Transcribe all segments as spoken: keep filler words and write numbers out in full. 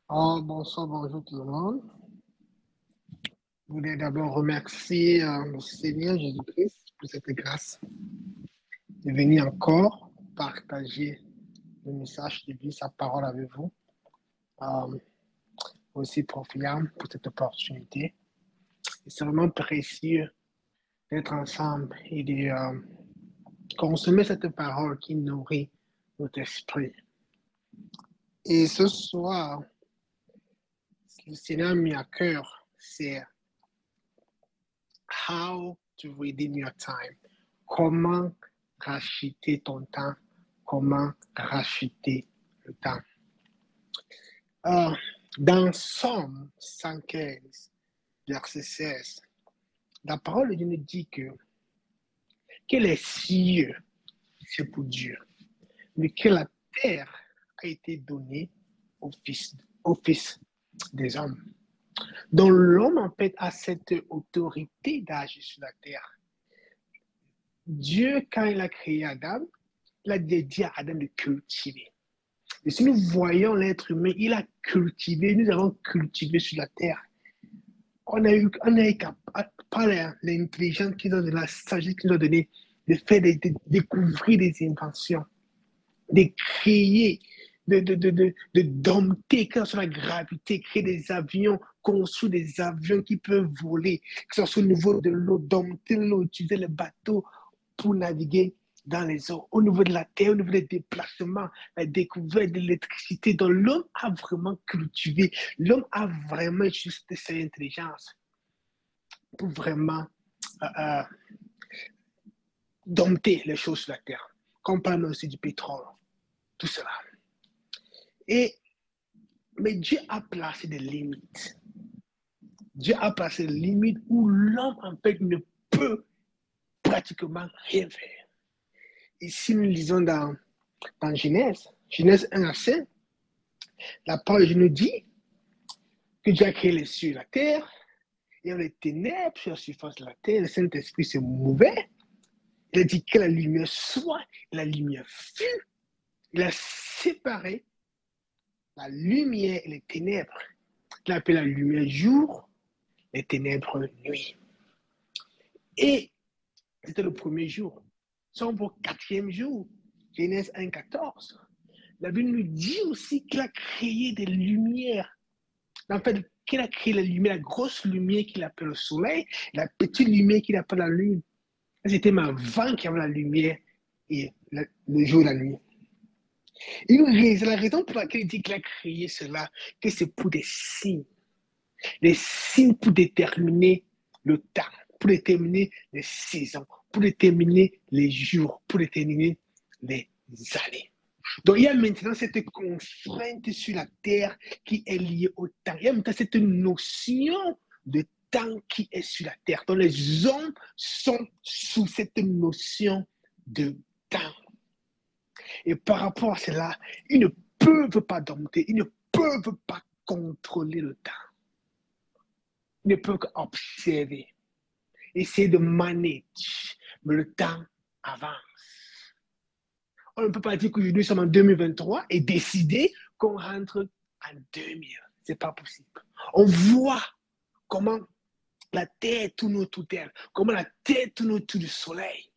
Oh, bonsoir, bonjour tout le monde. Je voulais d'abord remercier euh, le Seigneur Jésus-Christ pour cette grâce de venir encore partager le message de vie, sa parole avec vous. Euh, aussi profitable pour cette opportunité. Et c'est vraiment précieux d'être ensemble et de euh, consommer cette parole qui nourrit notre esprit. Et ce soir, le Seigneur a mis à cœur, c'est how to redeem your time. Comment racheter ton temps? Comment racheter le temps? Euh, dans Somme cent quinze, verset seize, la parole de Dieu nous dit que, que les cieux, c'est pour Dieu, mais que la terre a été donnée au Fils, au fils des hommes. Donc l'homme, en fait, a cette autorité d'agir sur la terre. Dieu, quand il a créé Adam, il a dit à Adam de cultiver. Et si nous voyons l'être humain, il a cultivé, nous avons cultivé sur la terre. On a eu, on a eu par l'intelligence qu'il nous a donnée, la sagesse qu'il nous a donnée, de faire, de, de découvrir des inventions, de créer, de, de, de, de, de dompter, quand sur la gravité, créer des avions, construire des avions qui peuvent voler, que ce soit au niveau de l'eau, dompter l'eau, utiliser les bateaux pour naviguer dans les eaux, au niveau de la terre, au niveau des déplacements, la découverte de l'électricité. Donc l'homme a vraiment cultivé, l'homme a vraiment utilisé cette intelligence pour vraiment euh, euh, dompter les choses sur la terre. Comme parle aussi du pétrole, tout cela. Et, mais Dieu a placé des limites. Dieu a placé des limites où l'homme, en fait, ne peut pratiquement rien faire. Et si nous lisons dans, dans Genèse, Genèse un à cinq, la parole de Dieu nous dit que Dieu a créé les cieux et la terre, et les ténèbres sur la surface de la terre, le Saint-Esprit se mouvait. Il a dit que la lumière soit, et la lumière fut. Il a séparé la lumière et les ténèbres. Il a appelé la lumière jour, les ténèbres nuit. Et c'était le premier jour. Son au quatrième jour, Genèse un, quatorze. La Bible nous dit aussi qu'il a créé des lumières. En fait, qu'il a créé la lumière, la grosse lumière qu'il appelle le soleil, la petite lumière qu'il appelle la lune. C'était avant qu'il y avait la lumière et le, le jour et la nuit. Et c'est la raison pour laquelle il dit qu'il a créé cela, que c'est pour des signes. Des signes pour déterminer le temps, pour déterminer les saisons, pour déterminer les jours, pour déterminer les années. Donc, il y a maintenant cette contrainte sur la terre qui est liée au temps. Il y a maintenant cette notion de temps qui est sur la terre. Donc, les hommes sont sous cette notion de temps. Et par rapport à cela, ils ne peuvent pas dompter, ils ne peuvent pas contrôler le temps. Ils ne peuvent qu'observer, essayer de manager, mais le temps avance. On ne peut pas dire qu'aujourd'hui nous sommes en deux mille vingt-trois et décider qu'on rentre en deux mille. Ce n'est pas possible. On voit comment la Terre tourne autour d'elle, comment la Terre tourne autour du Soleil.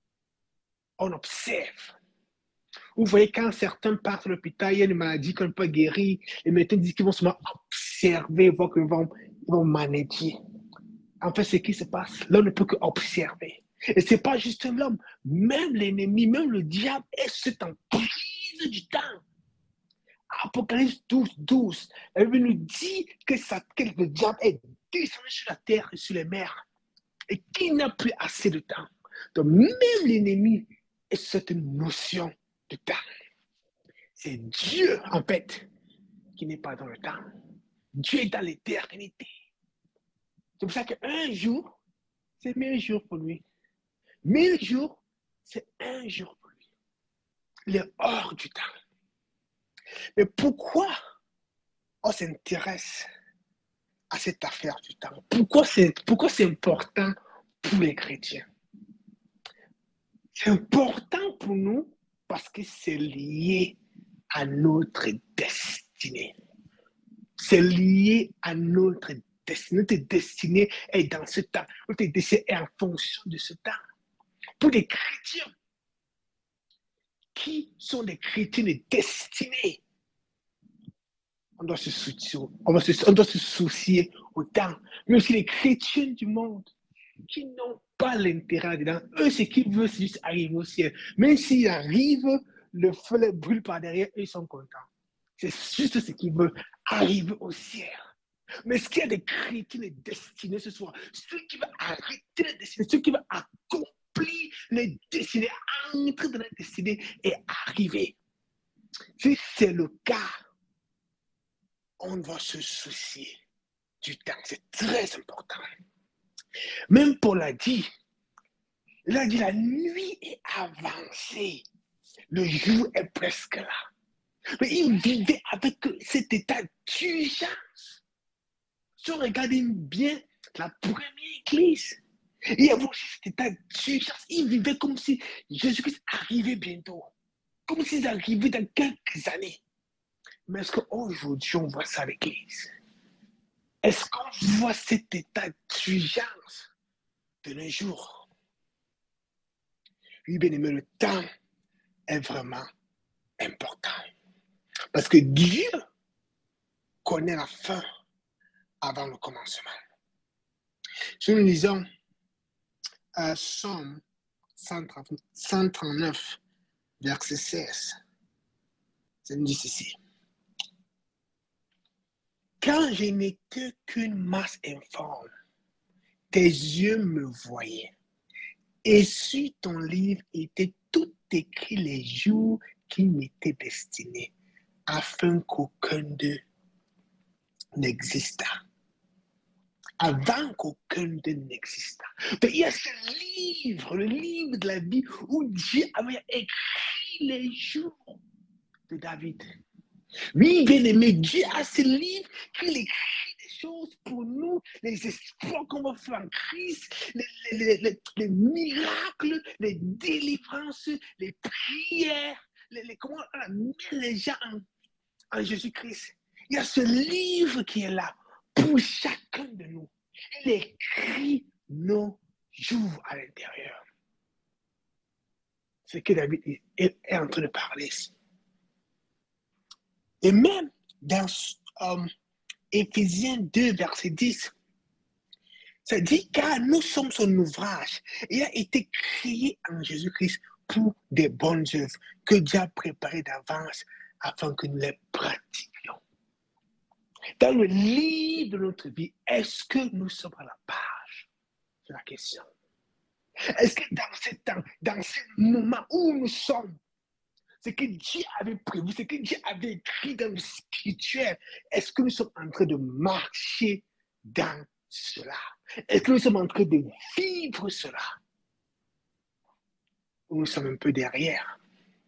On observe. Vous voyez, quand certains partent à l'hôpital, il y a une maladie qu'on ne peut pas guérir, les médecins disent qu'ils vont seulement observer, voir qu'ils vont, ils vont manager. En fait, ce qui se passe, l'homme ne peut qu'observer. Et ce n'est pas juste l'homme, même l'ennemi, même le diable est cette emprise du temps. Apocalypse douze, douze, la Bible nous dit que, ça, que le diable est descendu sur la terre et sur les mers et qu'il n'a plus assez de temps. Donc, même l'ennemi est cette notion de temps. C'est Dieu, en fait, qui n'est pas dans le temps. Dieu est dans l'éternité. C'est pour ça qu'un jour, c'est mille jours pour lui. Mille jours, c'est un jour pour lui. Il est hors du temps. Mais pourquoi on s'intéresse à cette affaire du temps? Pourquoi c'est, pourquoi c'est important pour les chrétiens? C'est important pour nous parce que c'est lié à notre destinée. c'est lié à notre destinée. Notre destinée est dans ce temps. Notre destinée est en fonction de ce temps. Pour les chrétiens, qui sont des chrétiens de destinée, on doit se soucier, on doit se, on doit se soucier au temps. Mais aussi les chrétiens du monde qui n'ont pas l'intérêt dedans. Eux, ce qu'ils veulent, c'est juste arriver au ciel. Même s'ils arrivent, le feu les brûle par derrière, eux, ils sont contents. C'est juste ce qu'ils veulent, arriver au ciel. Mais est-ce qu'il y a des chrétiens de destinée ce soir? Ceux qui veulent arrêter la destinée, ceux qui veulent accomplir les destinées, entrer dans la destinée et arriver. Si c'est le cas, on va se soucier du temps. C'est très important. Même Paul a dit, il a dit la nuit est avancée, le jour est presque là. Mais il vivait avec cet état d'urgence. Si on regarde bien la première église, il y avait aussi cet état d'urgence. Il vivait comme si Jésus-Christ arrivait bientôt, comme s'il arrivait dans quelques années. Mais est-ce qu'aujourd'hui, on voit ça à l'église? Est-ce qu'on voit cet état d'urgence de nos jours? Oui, bien aimé, le temps est vraiment important. Parce que Dieu connaît la fin avant le commencement. Si nous lisons euh, Somme cent trente-neuf, verset seize, ça nous dit ceci. Quand je n'étais qu'une masse informe, tes yeux me voyaient. Et sur ton livre étaient tout écrits les jours qui m'étaient destinés, afin qu'aucun d'eux n'existât. Avant qu'aucun d'eux n'existât. Donc, il y a ce livre, le livre de la vie, où Dieu avait écrit les jours de David. Oui, bien aimé, Dieu a ce livre qu'il écrit des choses pour nous, les espoirs qu'on va faire en Christ, les, les, les, les miracles, les délivrances, les prières, les, les, comment on met les gens en, en Jésus-Christ. Il y a ce livre qui est là pour chacun de nous. Il écrit nos jours à l'intérieur. C'est ce que David est, est, est en train de parler ici. Et même dans um, Éphésiens deux, verset dix, ça dit car nous sommes son ouvrage. Il a été créé en Jésus-Christ pour des bonnes œuvres que Dieu a préparées d'avance afin que nous les pratiquions. Dans le livre de notre vie, est-ce que nous sommes à la page? C'est la question. Est-ce que dans ce temps, dans ce moment où nous sommes, ce que Dieu avait prévu, ce que Dieu avait écrit dans le spirituel, est-ce que nous sommes en train de marcher dans cela? Est-ce que nous sommes en train de vivre cela? Ou nous sommes un peu derrière?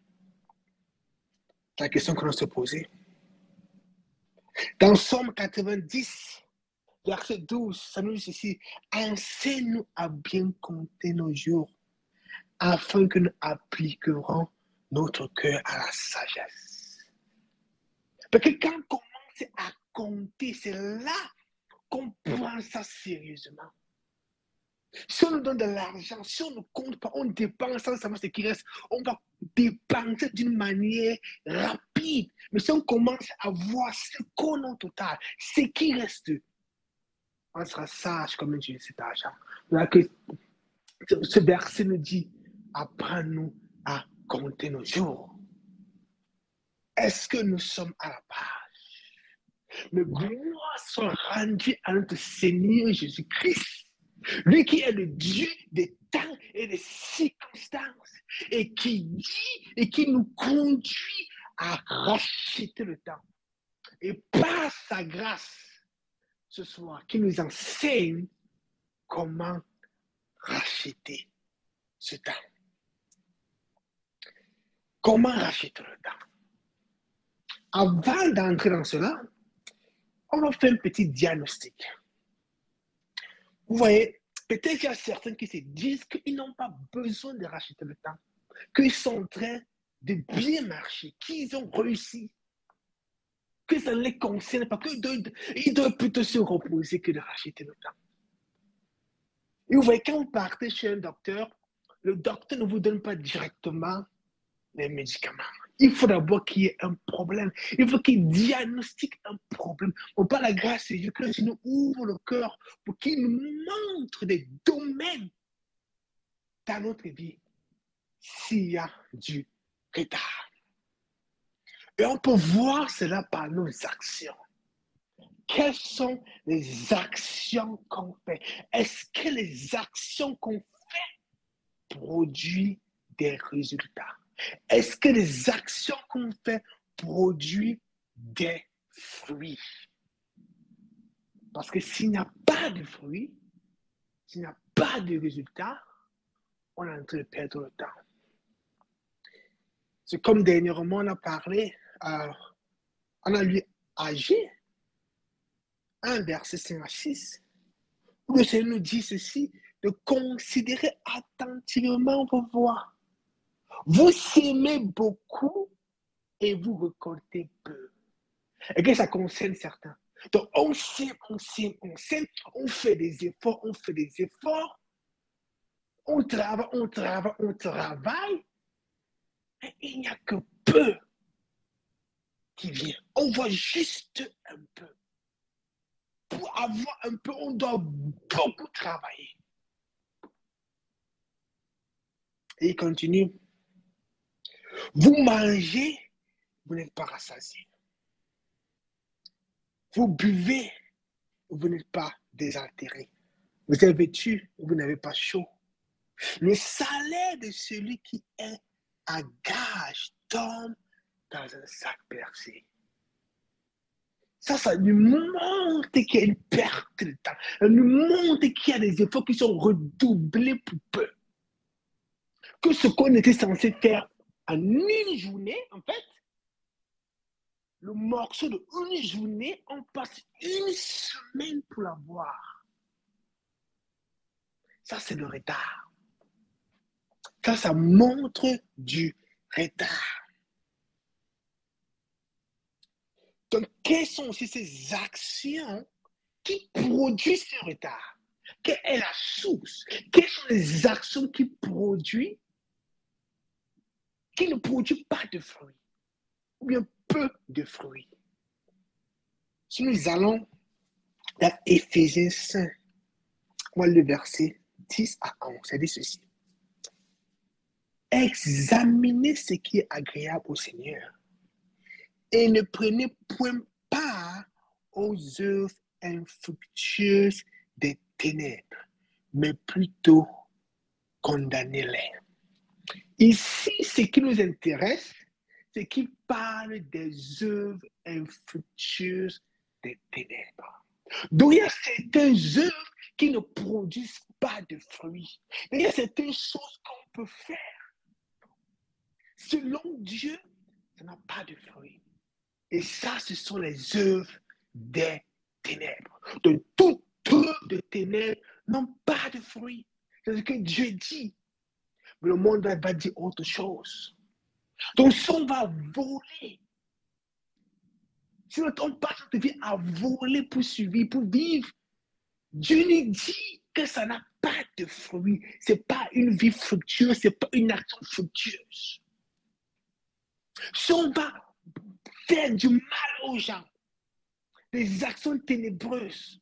C'est la question que l'on se posait. Dans Somme quatre-vingt-dix, verset douze, ça nous dit ici, enseigne-nous à bien compter nos jours, afin que nous appliquerons notre cœur à la sagesse. Parce que quand on commence à compter, c'est là qu'on prend ça sérieusement. Si on nous donne de l'argent, si on ne compte pas, on dépense sans savoir ce qui reste, on va dépenser d'une manière rapide. Mais si on commence à voir ce qu'on a au total, ce qui reste, on sera sage comme utiliser cet argent. Voilà que ce verset nous dit, apprends-nous à compter nos jours. Est-ce que nous sommes à la page? Le gloire soit rendu à notre Seigneur Jésus-Christ, lui qui est le Dieu des temps et des circonstances, et qui dit et qui nous conduit à racheter le temps. Et par sa grâce, ce soir, qui nous enseigne comment racheter ce temps. Comment racheter le temps? Avant d'entrer dans cela, on va faire un petit diagnostic. Vous voyez, peut-être qu'il y a certains qui se disent qu'ils n'ont pas besoin de racheter le temps, qu'ils sont en train de bien marcher, qu'ils ont réussi. que ça ne les concerne pas, qu'ils doivent, ils doivent plutôt se reposer que de racheter le temps. Et vous voyez, quand vous partez chez un docteur, le docteur ne vous donne pas directement les médicaments. Il faut d'abord qu'il y ait un problème. Il faut qu'il diagnostique un problème. On parle de la grâce de Dieu, que le Seigneur ouvre le cœur pour qu'il nous montre des domaines dans notre vie s'il y a du retard. Et on peut voir cela par nos actions. Quelles sont les actions qu'on fait? Est-ce que les actions qu'on fait produisent des résultats? Est-ce que les actions qu'on fait produisent des fruits? Parce que s'il n'y a pas de fruits, s'il n'y a pas de résultats, on est en train de perdre le temps. C'est comme dernièrement on a parlé, euh, on a lu Agir, un verset cinq à six, où le Seigneur nous dit ceci, de considérer attentivement vos voies. Vous s'aimez beaucoup et vous récoltez peu. Et que ça concerne certains. Donc on sème, on sème, on sème, on fait des efforts, on fait des efforts, on travaille, on travaille, on travaille, et il n'y a que peu qui vient. On voit juste un peu. Pour avoir un peu, on doit beaucoup travailler. Et il continue. Vous mangez, vous n'êtes pas rassasié. Vous buvez, vous n'êtes pas désaltéré. Vous êtes vêtu, vous n'avez pas chaud. Le salaire de celui qui est à gage tombe dans un sac percé. Ça, ça nous montre qu'il y a une perte de temps. Ça nous montre qu'il y a des efforts qui sont redoublés pour peu. Que ce qu'on était censé faire en une journée, en fait, le morceau de une journée, on passe une semaine pour l'avoir. Ça, c'est le retard. Ça, ça montre du retard. Donc, quelles sont aussi ces actions qui produisent ce retard? Quelle est la source? Quelles sont les actions qui produisent, qui ne produisent pas de fruits? Ou bien peu de fruits? Si nous allons dans Éphésiens cinq, voilà le verset dix à onze, ça dit ceci. Examinez ce qui est agréable au Seigneur et ne prenez point part aux œuvres infructueuses des ténèbres, mais plutôt condamnez-les. Ici, ce qui nous intéresse, c'est qu'il parle des œuvres infructueuses des ténèbres. Donc, il y a certaines œuvres qui ne produisent pas de fruits. Il y a certaines choses qu'on peut faire. Selon Dieu, ça n'a pas de fruits. Et ça, ce sont les œuvres des ténèbres. Donc, toute œuvre de ténèbres n'ont pas de fruits. C'est ce que Dieu dit. Mais le monde va dire autre chose. Donc, si on va voler, si on passe notre vie à voler pour survivre, pour vivre, Dieu nous dit que ça n'a pas de fruits. Ce n'est pas une vie fructueuse, ce n'est pas une action fructueuse. Si on va faire du mal aux gens, des actions ténébreuses,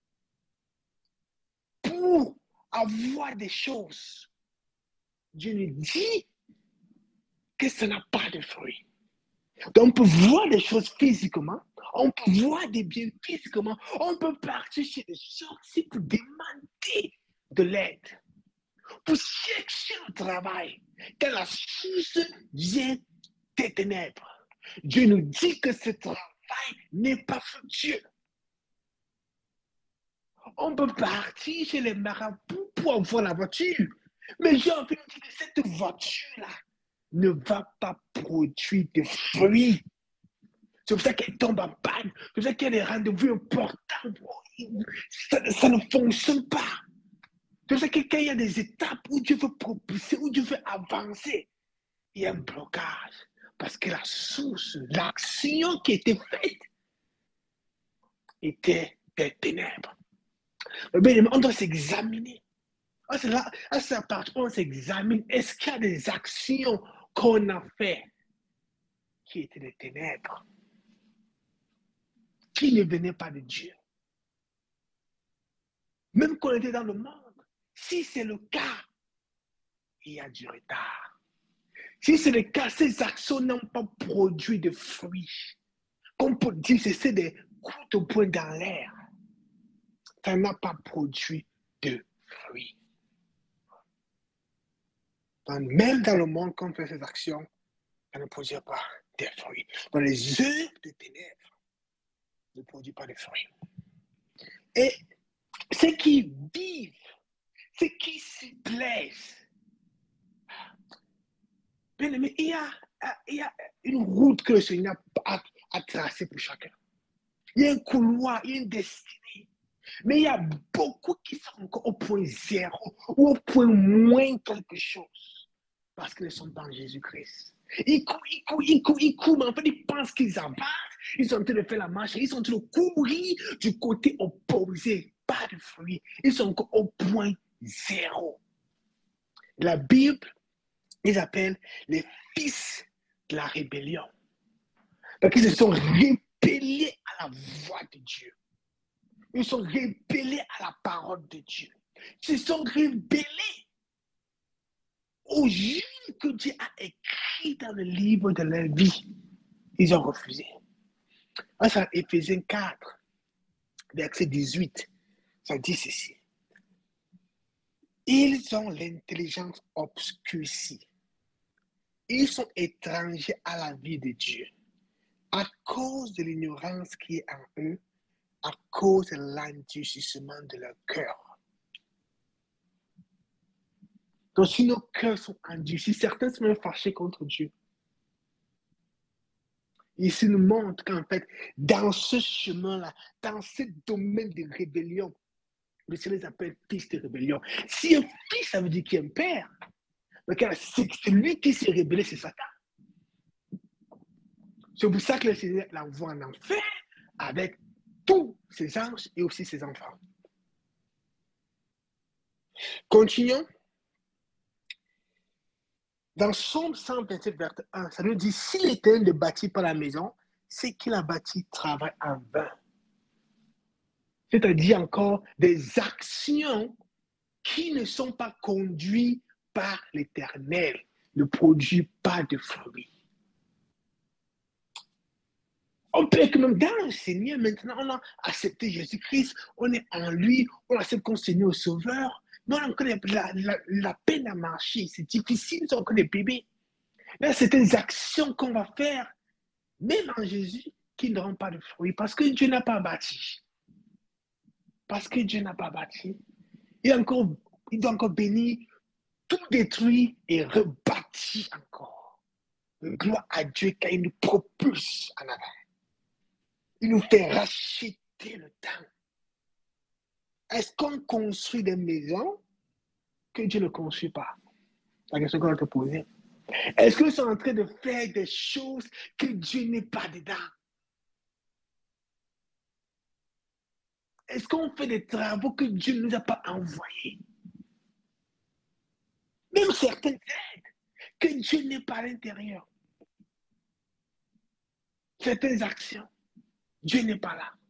pour avoir des choses, Dieu nous dit que ça n'a pas de fruits. Donc, on peut voir des choses physiquement, on peut voir des biens physiquement, on peut partir chez des sorciers pour demander de l'aide, pour chercher le travail, quand la source vient des ténèbres. Dieu nous dit que ce travail n'est pas fructueux. On peut partir chez les marabouts pour avoir la voiture, mais j'ai envie de dire que cette voiture-là ne va pas produire de fruits. C'est pour ça qu'elle tombe en panne. C'est pour ça qu'il y a des rendez-vous importants. Ça, ça ne fonctionne pas. C'est pour ça que quand il y a des étapes où Dieu veut propulser, où Dieu veut avancer, il y a un blocage. Parce que la source, l'action qui a été faite étaient des ténèbres. Mais bien, on doit s'examiner. Ah, c'est là, à cette partie, on s'examine. Est-ce qu'il y a des actions qu'on a faites qui étaient des ténèbres, qui ne venaient pas de Dieu? Même qu'on était dans le monde. Si c'est le cas, il y a du retard. Si c'est le cas, ces actions n'ont pas produit de fruits. Comme pour dire, c'est des coups de poing dans l'air. Ça n'a pas produit de fruits. Donc, même dans le monde, quand on fait ces actions, ça ne produit pas de fruits. Dans les œuvres de ténèbres, ne produit pas de fruits. Et ceux qui vivent, ceux qui s'y plaisent, bien aimé, il y a, il y a une route que le Seigneur a, a tracée pour chacun. Il y a un couloir, il y a une destinée. Mais il y a beaucoup qui sont encore au point zéro ou au point moins quelque chose parce qu'ils ne sont pas en Jésus-Christ. Ils courent, ils courent, ils courent, ils courent, mais en fait, ils pensent qu'ils avancent. Ils sont en train de faire la marche, ils sont en train de courir du côté opposé. Pas de fruits. Ils sont encore au point zéro. La Bible, ils appellent les fils de la rébellion. Parce qu'ils se sont rébellés à la voix de Dieu. Ils sont rébellés à la parole de Dieu. Ils se sont rébellés au juge que Dieu a écrit dans le livre de leur vie. Ils ont refusé. Ça, Éphésiens quatre, verset dix-huit, ça dit ceci. Ils ont l'intelligence obscurcie. Ils sont étrangers à la vie de Dieu à cause de l'ignorance qui est en eux, à cause de l'endurcissement de leur cœur. Donc, si nos cœurs sont endurcis, certains sont même fâchés contre Dieu. Ici nous montre qu'en fait, dans ce chemin-là, dans ce domaine de rébellion, le Seigneur les appelle fils de rébellion. Si un fils, ça veut dire qu'il y a un père. Mais c'est celui qui s'est rébellé, c'est Satan. C'est pour ça que le Seigneur l'envoie en enfer avec tous ses anges et aussi ses enfants. Continuons. Dans Somme cent vingt-sept, verset un, ça nous dit, si l'Éternel ne bâtit pas la maison, c'est qu'il a bâti travail en vain. C'est-à-dire encore des actions qui ne sont pas conduites par l'Éternel, ne produisent pas de fruits. On peut être même dans le Seigneur, maintenant on a accepté Jésus-Christ, on est en lui, on accepte comme Seigneur au Sauveur, mais on a encore la, la, la peine à marcher, c'est difficile, nous sommes encore des bébés. Là, c'est des actions qu'on va faire, même en Jésus, qui n'auront pas de fruits, parce que Dieu n'a pas bâti. Parce que Dieu n'a pas bâti. Il, encore, il doit encore bénir, tout détruire et rebâtir encore. Gloire à Dieu car il nous propulse en avant. Il nous fait racheter le temps. Est-ce qu'on construit des maisons que Dieu ne construit pas? C'est la question qu'on va te poser. Est-ce que nous sommes en train de faire des choses que Dieu n'est pas dedans? Est-ce qu'on fait des travaux que Dieu ne nous a pas envoyés? Même certaines aides que Dieu n'est pas à l'intérieur. Certaines actions, Dieu n'est pas là.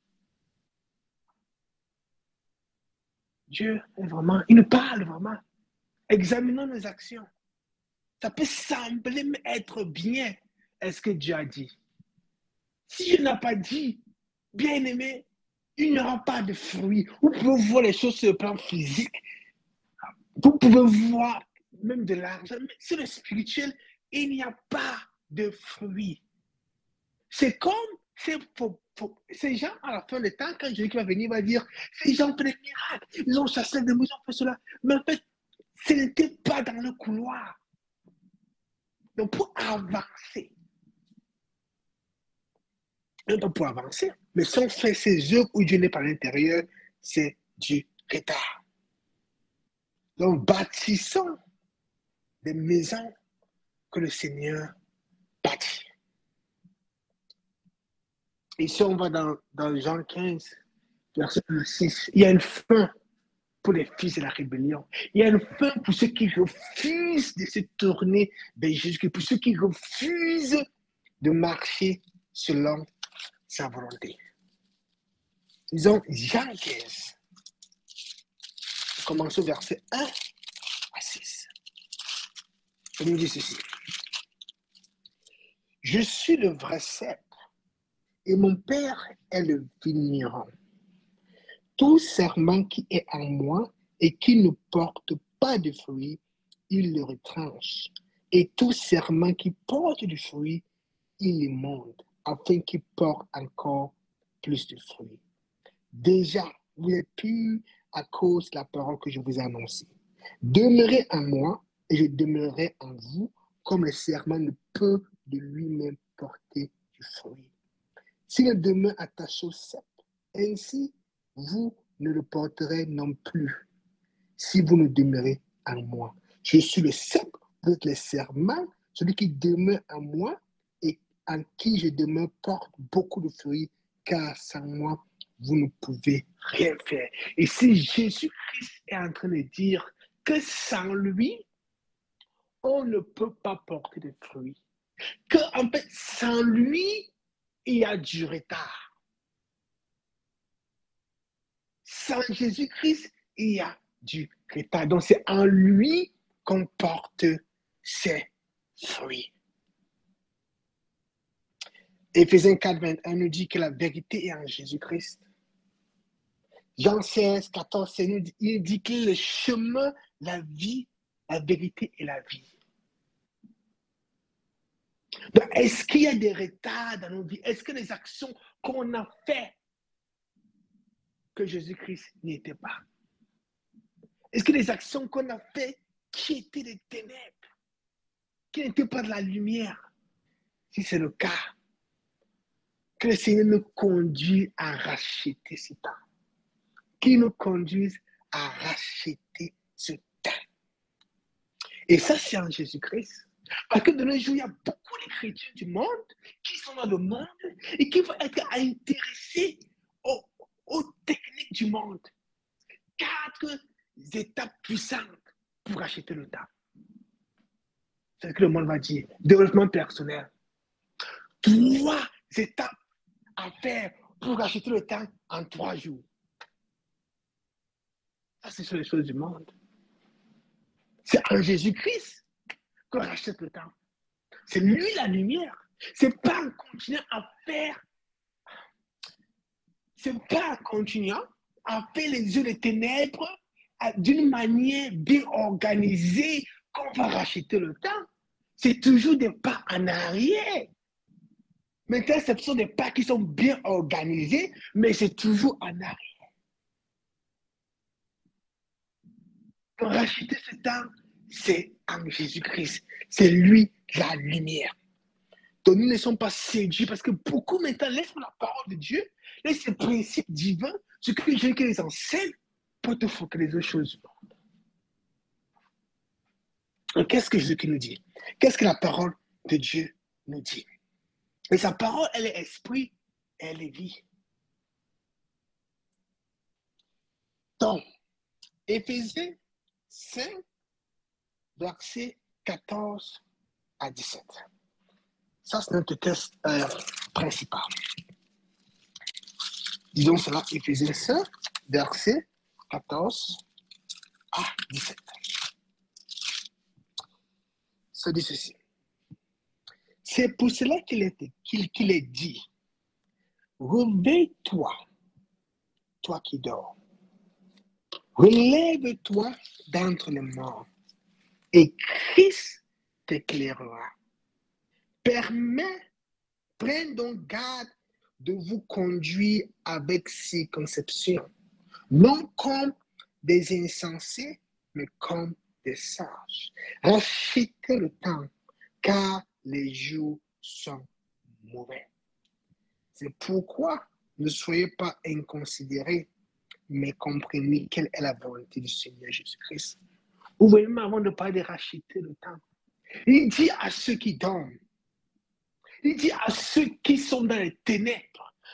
Dieu est vraiment, il nous parle vraiment. Examinons nos actions. Ça peut sembler être bien. Est-ce que Dieu a dit? Si Dieu n'a pas dit, bien aimé, il n'y aura pas de fruits. Vous pouvez voir les choses sur le plan physique. Vous pouvez voir même de l'argent. Mais sur le spirituel, il n'y a pas de fruits. C'est comme ces, ces gens, à la fin du temps, quand Jésus va venir, va dire, ces gens font des miracles. Ils ont chassé des moutons, fait cela. Mais en fait, ce n'était pas dans le couloir. Donc, pour avancer, non pour avancer, mais si on fait ces œuvres où Dieu n'est pas à l'intérieur, c'est du retard. Donc, bâtissons des maisons que le Seigneur bâtit. Et si on va dans, dans Jean quinze, verset six, il y a une fin pour les fils de la rébellion. Il y a une fin pour ceux qui refusent de se tourner vers Jésus, pour ceux qui refusent de marcher selon sa volonté. Disons Jean quinze. Commençons verset un à six. Il nous dit ceci. Je suis le vrai cep et mon Père est le vigneron. Tout serment qui est en moi et qui ne porte pas de fruits, il le retranche. Et tout serment qui porte du fruit, il le monte, afin qu'il porte encore plus de fruits. Déjà, vous êtes purs à cause de la parole que je vous ai annoncée. Demeurez en moi et je demeurerai en vous, comme le serment ne peut de lui-même porter du fruit. S'il demeure attaché au cep, ainsi vous ne le porterez non plus, si vous ne demeurez en moi. Je suis le cep, vous êtes le serment, celui qui demeure en moi et en qui je demeure porte beaucoup de fruits, car sans moi, vous ne pouvez rien faire. Et si Jésus-Christ est en train de dire que sans lui, on ne peut pas porter de fruits, que en fait, sans lui, il y a du retard. Sans Jésus-Christ, il y a du retard. Donc, c'est en lui qu'on porte ses fruits. Éphésiens quatre, vingt et un nous dit que la vérité est en Jésus-Christ. Jean seize, quatorze, il dit, il dit que le chemin, la vie, la vérité et la vie. Donc, est-ce qu'il y a des retards dans nos vies? Est-ce que les actions qu'on a faites que Jésus-Christ n'y était pas? Est-ce que les actions qu'on a faites qui étaient des ténèbres, qui n'étaient pas de la lumière? Si c'est le cas, que le Seigneur nous conduise à racheter ce temps. Qu'il nous conduise à racheter ce temps. Et ça, c'est en Jésus-Christ. Parce que de nos jours, il y a beaucoup de chrétiens du monde qui sont dans le monde et qui vont être intéressés aux, aux techniques du monde. Quatre étapes puissantes pour acheter le temps. C'est ce que le monde va dire. Développement personnel. Trois étapes à faire pour acheter le temps en trois jours. Ça, ce sont les choses du monde. C'est en Jésus-Christ qu'on rachète le temps. C'est lui la lumière. C'est pas en continuant à faire, c'est pas en continuant à faire les yeux des ténèbres d'une manière bien organisée qu'on va racheter le temps. C'est toujours des pas en arrière. Maintenant, ce sont des pas qui sont bien organisés, mais c'est toujours en arrière. Pour racheter ce temps, c'est en Jésus-Christ. C'est lui la lumière. Donc nous ne sommes pas séduits parce que beaucoup maintenant laissent la parole de Dieu, laissent ces principes divins, ce que Jésus les enseigne pour te focaliser aux choses du monde. Donc qu'est-ce que Jésus nous dit? Qu'est-ce que la parole de Dieu nous dit? Et sa parole, elle est esprit, elle est vie. Donc, Éphésiens cinq, versets quatorze à dix-sept. Ça, c'est notre texte euh, principal. Disons cela, Éphésiens cinq, versets quatorze à dix-sept. Ça dit ceci. C'est pour cela qu'il est, qu'il, qu'il est dit, réveille-toi, toi qui dors. Relève-toi d'entre les morts, et Christ t'éclairera. Permets, prends donc garde de vous conduire avec circonspection, non comme des insensés, mais comme des sages. Rachetez le temps, car les jours sont mauvais. C'est pourquoi ne soyez pas inconsidérés, mais comprenez quelle est la volonté du Seigneur Jésus-Christ. Vous voyez, même avant de parler de racheter le temps, il dit à ceux qui dorment, il dit à ceux qui sont dans les ténèbres,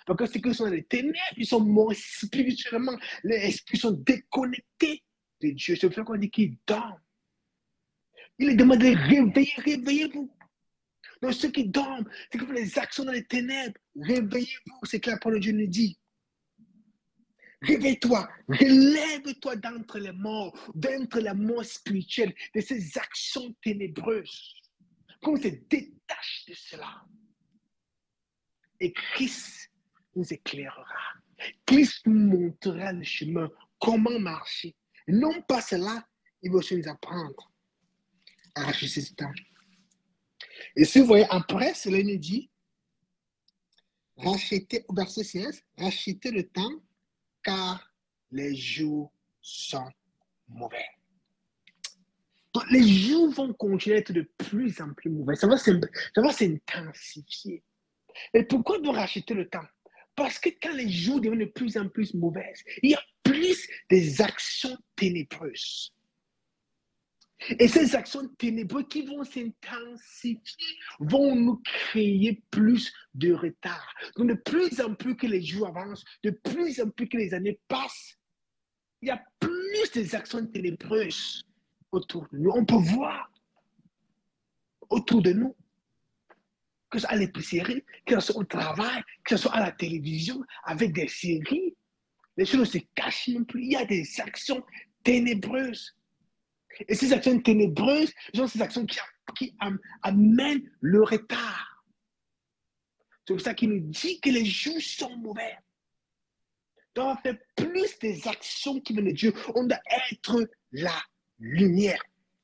Parce que ceux qui sont dans les ténèbres, ils sont morts spirituellement. Les esprits sont déconnectés de Dieu. C'est pour ça qu'on dit qu'ils dorment. Il est demandé de réveiller, réveillez-vous. Donc ceux qui dorment, ceux qui font les actions dans les ténèbres, réveillez-vous. C'est que la parole de Dieu nous dit. Réveille-toi, relève-toi d'entre les morts, d'entre la mort spirituelle, de ces actions ténébreuses. Qu'on se détache de cela. Et Christ nous éclairera. Christ nous montrera le chemin, comment marcher. Non pas cela, il va aussi nous apprendre à racheter ce temps. Et si vous voyez, après, cela nous dit, racheter, au verset seize, racheter le temps, car les jours sont mauvais. Donc, les jours vont continuer à être de plus en plus mauvais. Ça va, ça va s'intensifier. Et pourquoi nous racheter le temps? Parce que quand les jours deviennent de plus en plus mauvaises, il y a plus des actions ténébreuses. Et ces actions ténébreuses qui vont s'intensifier vont nous créer plus de retard. Donc, de plus en plus que les jours avancent, de plus en plus que les années passent, il y a plus des actions ténébreuses autour de nous. On peut voir autour de nous, que ce soit à l'épicerie, que ce soit au travail, que ce soit à la télévision, avec des séries, les choses ne se cachent même plus. Il y a des actions ténébreuses. Et ces actions ténébreuses sont ces actions qui, qui am, amènent le retard. C'est pour ça qu'il nous dit que les jours sont mauvais. Donc, on fait plus des actions qui viennent de Dieu. On doit être la lumière.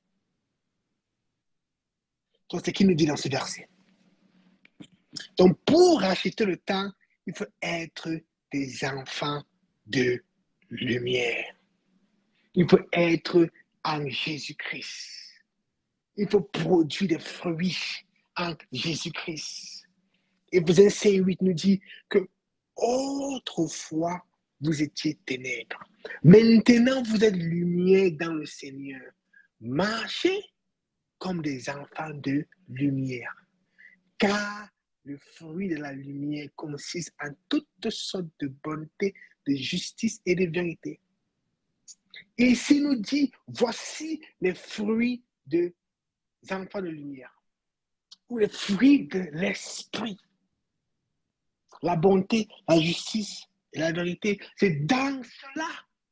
C'est ce qu'il nous dit dans ce verset. Donc, pour racheter le temps, il faut être des enfants de lumière. Il faut être en Jésus-Christ. Il faut produire des fruits en Jésus-Christ. Éphésiens cinq huit nous dit que autrefois, vous étiez ténèbres. Maintenant, vous êtes lumière dans le Seigneur. Marchez comme des enfants de lumière. Car le fruit de la lumière consiste en toutes sortes de bonté, de justice et de vérité. Et ici nous dit, voici les fruits des enfants de lumière, ou les fruits de l'esprit. La bonté, la justice et la vérité, c'est dans cela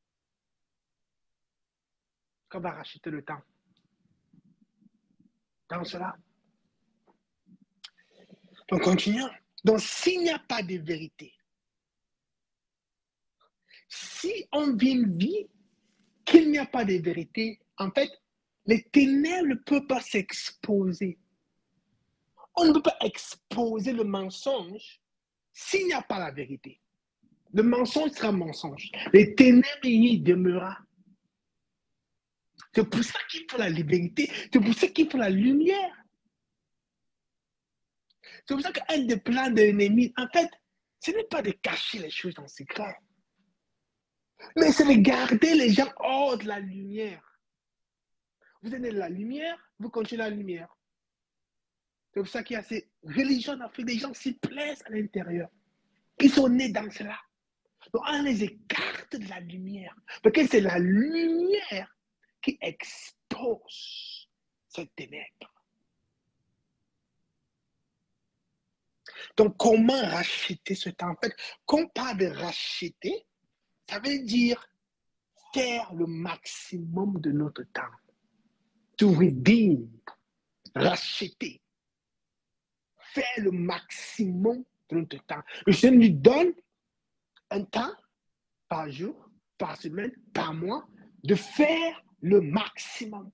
qu'on va racheter le temps. Dans cela. Donc, continuons. Donc, s'il n'y a pas de vérité, si on vit une vie qu'il n'y a pas de vérité, en fait, les ténèbres ne peuvent pas s'exposer. On ne peut pas exposer le mensonge s'il n'y a pas la vérité. Le mensonge sera mensonge. Les ténèbres y demeureront. C'est pour ça qu'il faut la vérité. C'est pour ça qu'il faut la lumière. C'est pour ça qu'un des plans de l'ennemi, en fait, ce n'est pas de cacher les choses en secret, mais c'est de garder les gens hors de la lumière. Vous êtes de la lumière, vous continuez la lumière. C'est pour ça qu'il y a ces religions en Afrique, des gens s'y plaisent à l'intérieur. Ils sont nés dans cela. Donc on les écarte de la lumière. Parce que c'est la lumière qui expose cette ténèbre. Donc, comment racheter ce temps? En fait, quand on parle de racheter, ça veut dire faire le maximum de notre temps. To redeem, racheter. Faire le maximum de notre temps. Le Seigneur nous donne un temps par jour, par semaine, par mois, de faire le maximum.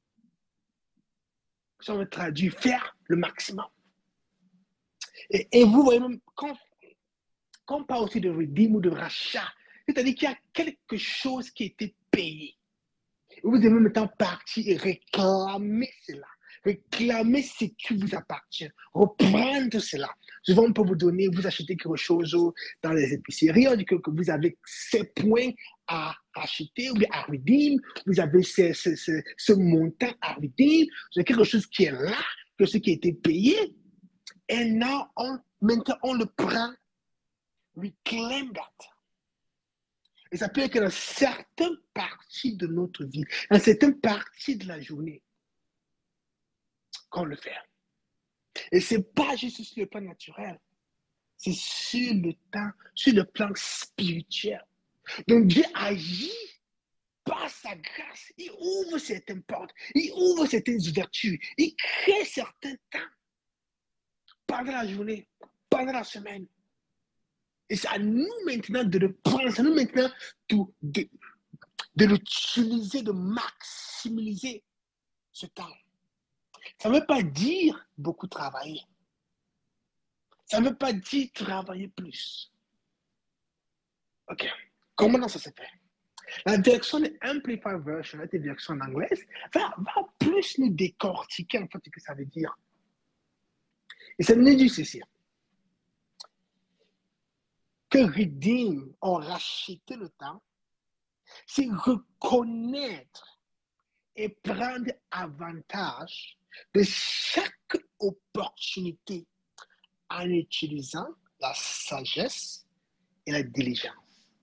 Si on veut traduire, faire le maximum. Et, et vous voyez même, quand, quand on parle aussi de redeem ou de rachat, c'est-à-dire qu'il y a quelque chose qui a été payé. Et vous avez même temps parti et réclamer cela. Réclamer ce qui vous appartient. Reprendre cela. Souvent, on peut vous donner, vous achetez quelque chose dans les épiceries, on dit que, que vous avez ces points à acheter ou bien à redeem, vous avez ce, ce, ce, ce montant à redeem, c'est quelque chose qui est là, que ce qui a été payé. Et là, on, maintenant, on le prend We claim that. Et ça peut être que dans certaines parties de notre vie, dans certaines parties de la journée, qu'on le fait. Et ce n'est pas juste sur le plan naturel, c'est sur le temps, sur le plan spirituel. Donc Dieu agit par sa grâce. Il ouvre certaines portes, il ouvre certaines ouvertures, il crée certains temps pendant la journée, pendant la semaine. Et c'est à nous maintenant de le prendre, c'est à nous maintenant de, de, de l'utiliser, de maximiser ce temps. Ça ne veut pas dire beaucoup travailler. Ça ne veut pas dire travailler plus. OK. Comment ça se fait? La version de Amplified Version, la version en anglais, va, va plus nous décortiquer en fait ce que ça veut dire. Et ça nous dit ceci. Que redeem, ou racheter le temps, c'est reconnaître et prendre avantage de chaque opportunité en utilisant la sagesse et la diligence.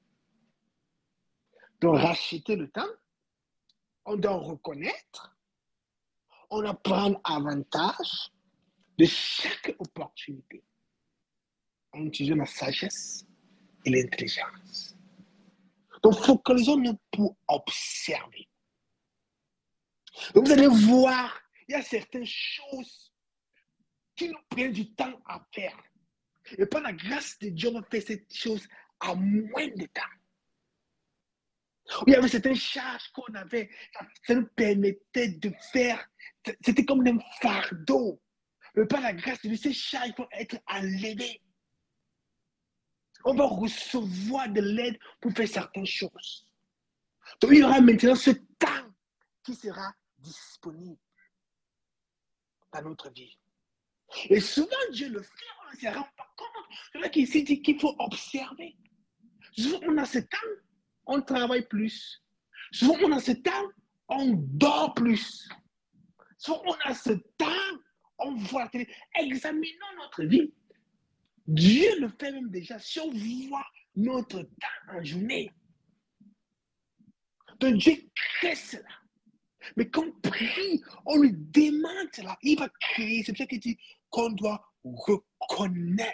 Donc, racheter le temps, on doit reconnaître, on doit prendre avantage de chaque opportunité en utilisant la sagesse et l'intelligence. Donc, focalisons-nous pour observer. Donc, vous allez voir, il y a certaines choses qui nous prennent du temps à faire. Et par la grâce de Dieu, on va faire cette chose à moins de temps. Il y avait certaines charges qu'on avait, ça nous permettait de faire, c'était comme un fardeau. Mais par la grâce de Dieu, ces charges vont être enlevées. On va recevoir de l'aide pour faire certaines choses. Donc, il y aura maintenant ce temps qui sera disponible dans notre vie. Et souvent, Dieu le fait, on ne se rend pas compte. C'est là qu'il s'est dit qu'il faut observer. Souvent, on a ce temps, on travaille plus. Souvent, on a ce temps, on dort plus. Souvent, on a ce temps, on voit la télé. Examinons notre vie. Dieu le fait même déjà si on voit notre temps en journée. Donc, Dieu crée cela. Mais quand on prie, on lui demande cela. Il va créer. C'est pour ça qu'il dit qu'on doit reconnaître.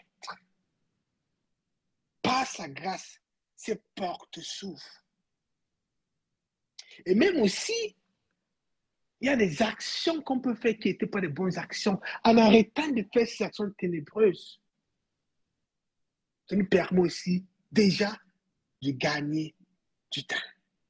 Par sa grâce, ces portes s'ouvrent. Et même aussi, il y a des actions qu'on peut faire qui n'étaient pas des bonnes actions. En arrêtant de faire ces actions ténébreuses, ça nous permet aussi déjà de gagner du temps.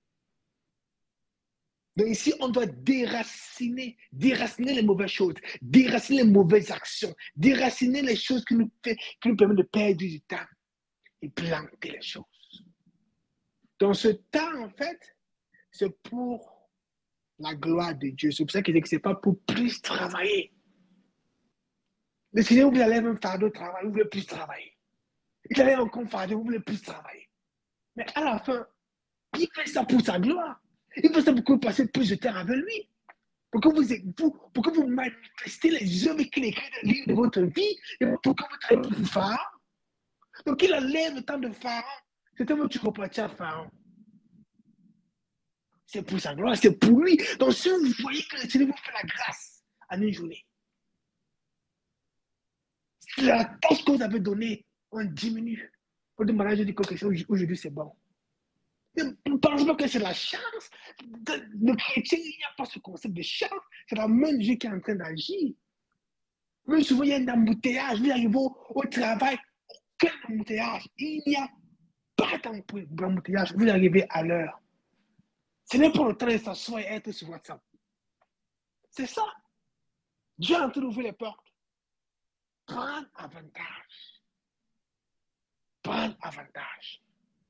Donc ici, on doit déraciner, déraciner les mauvaises choses, déraciner les mauvaises actions, déraciner les choses qui nous, fait, qui nous permettent de perdre du temps et planter les choses. Donc ce temps, en fait, c'est pour la gloire de Dieu. C'est pour ça qu'il dit que ce n'est pas pour plus travailler. Le Seigneur vous allez même fardeau de travail, vous voulez plus travailler. Il allait encore fardeau, vous voulez plus travailler. Mais à la fin, il fait ça pour sa gloire. Il fait ça pour que vous passiez plus de temps avec lui. Pour que vous, vous, pour que vous manifestez les œuvres qu'il écrit dans le livre de votre vie et pour que vous travaillez pour Pharaon. Donc il enlève le temps de Pharaon. C'est un mot que tu repartis à Pharaon. C'est pour sa gloire, c'est pour lui. Donc si vous voyez que le Seigneur vous fait la grâce en une journée, la tâche que vous avez donnée, on diminue. Pour le mariage, je dis quelque chose, aujourd'hui c'est bon. Ne pense pas que c'est la chance. Le chrétien, il n'y a pas ce concept de chance. C'est la main de Dieu qui est en train d'agir. Même souvent, il y a un embouteillage. Vous arrivez au, au travail, aucun embouteillage. Il n'y a pas d'embouteillage. Vous arrivez à l'heure. Ce n'est pas le temps de s'asseoir et être sur WhatsApp. C'est ça. Dieu est en train d'ouvrir les portes. Prendre avantage. Prendre avantage.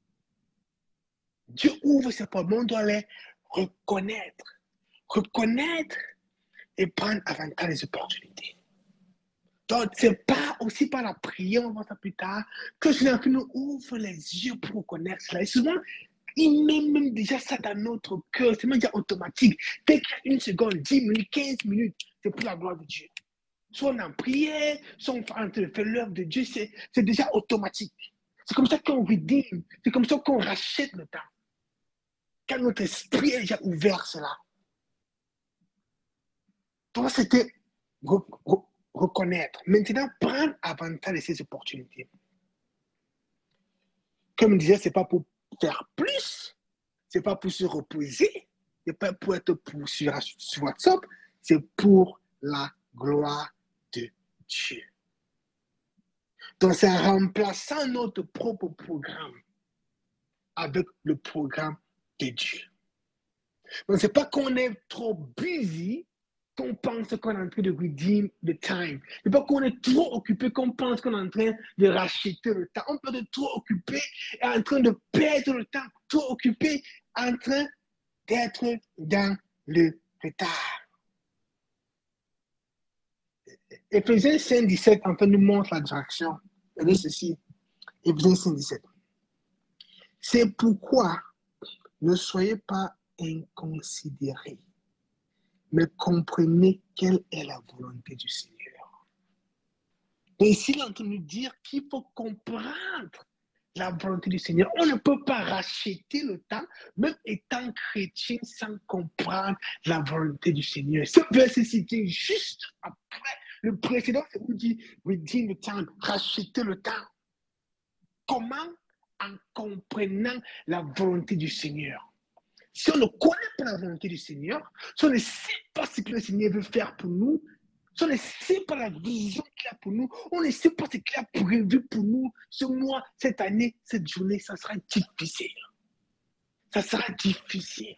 Dieu ouvre ses portes, mais on doit les reconnaître. Reconnaître et prendre avantage des opportunités. Donc, ce n'est pas aussi par la prière, on va voir ça plus tard, que le Seigneur nous ouvre les yeux pour reconnaître cela. Et souvent, il met même déjà ça dans notre cœur. C'est même déjà automatique. Dès qu'il y a une seconde, dix minutes, quinze minutes, c'est pour la gloire de Dieu. Soit on est en prière, soit on est en train de faire l'œuvre de Dieu, c'est déjà automatique. C'est comme ça qu'on redeem. C'est comme ça qu'on rachète le temps. Quand notre esprit est déjà ouvert, cela. Donc, c'était re, re, reconnaître. Maintenant, prendre avantage de ces opportunités. Comme je disais, ce n'est pas pour faire plus. Ce n'est pas pour se reposer. Ce n'est pas pour être pour sur, sur WhatsApp. C'est pour la gloire de Dieu. Donc, c'est en remplaçant notre propre programme avec le programme de Dieu. Donc, ce n'est pas qu'on est trop busy qu'on pense qu'on est en train de redeem the time. Ce n'est pas qu'on est trop occupé qu'on pense qu'on est en train de racheter le temps. On peut être trop occupé et en train de perdre le temps. Trop occupé en train d'être dans le retard. Éphésiens cinq, dix-sept, en fait, nous montre la direction. Et dit ceci. Éphésiens cinq, dix-sept. C'est pourquoi ne soyez pas inconsidérés, mais comprenez quelle est la volonté du Seigneur. Et ici, il est en train de nous dire qu'il faut comprendre la volonté du Seigneur. On ne peut pas racheter le temps, même étant chrétien, sans comprendre la volonté du Seigneur. Ce verset cité juste après le précédent, c'est où il dit redeem the time, racheter le temps. Comment? En comprenant la volonté du Seigneur. Si on ne connaît pas la volonté du Seigneur, si on ne sait pas ce que le Seigneur veut faire pour nous, si on ne sait pas la vision qu'il a pour nous, on ne sait pas ce qu'il a prévu pour nous, ce mois, cette année, cette journée, ça sera difficile. Ça sera difficile.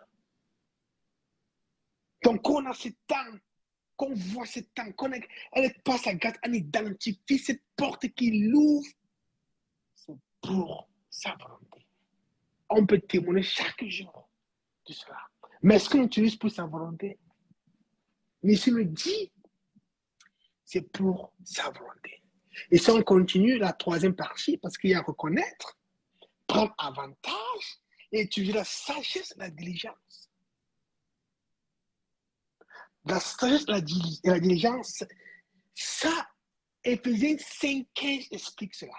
Donc, quand on a ce temps, qu'on voit ce temps, qu'on passe à garde, on identifie cette porte qui l'ouvre, c'est pour sa volonté. On peut témoigner chaque jour de cela. Mais est-ce qu'on utilise pour sa volonté? Mais s'il me dit, c'est pour sa volonté. Et si on continue la troisième partie, parce qu'il y a à reconnaître, prendre avantage et utiliser la sagesse et la diligence. La sagesse et la, et la diligence, ça, Éphésiens cinq, quinze explique cela.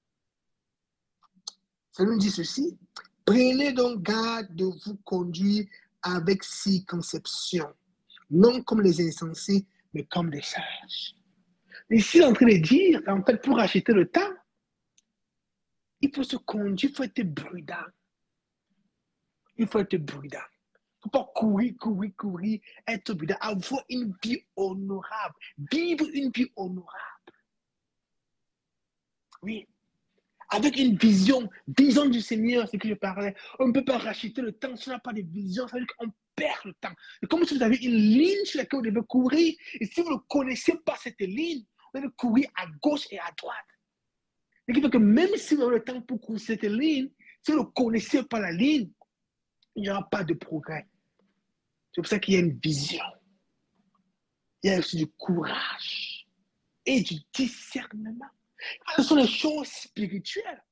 Ça nous dit ceci. Prenez donc garde de vous conduire avec circonception, non comme les insensés, mais comme des sages. Ici, il est en train de dire, en fait, pour acheter le temps, il faut se conduire, il faut être prudent. Il faut être prudent. Il ne faut pas courir, courir, courir, être prudent, avoir une vie honorable, vivre une vie honorable. Oui. Avec une vision, vision du Seigneur, c'est ce que je parlais. On ne peut pas racheter le temps si on n'a pas de vision, ça veut dire qu'on perd le temps. C'est comme si vous avez une ligne sur laquelle vous devez courir, et si vous ne connaissez pas cette ligne, vous devez courir à gauche et à droite. Ce qui fait que même si vous avez le temps pour courir cette ligne, si vous ne connaissez pas la ligne, il n'y aura pas de progrès. C'est pour ça qu'il y a une vision. Il y a aussi du courage et du discernement. Ce sont les choses spirituelles.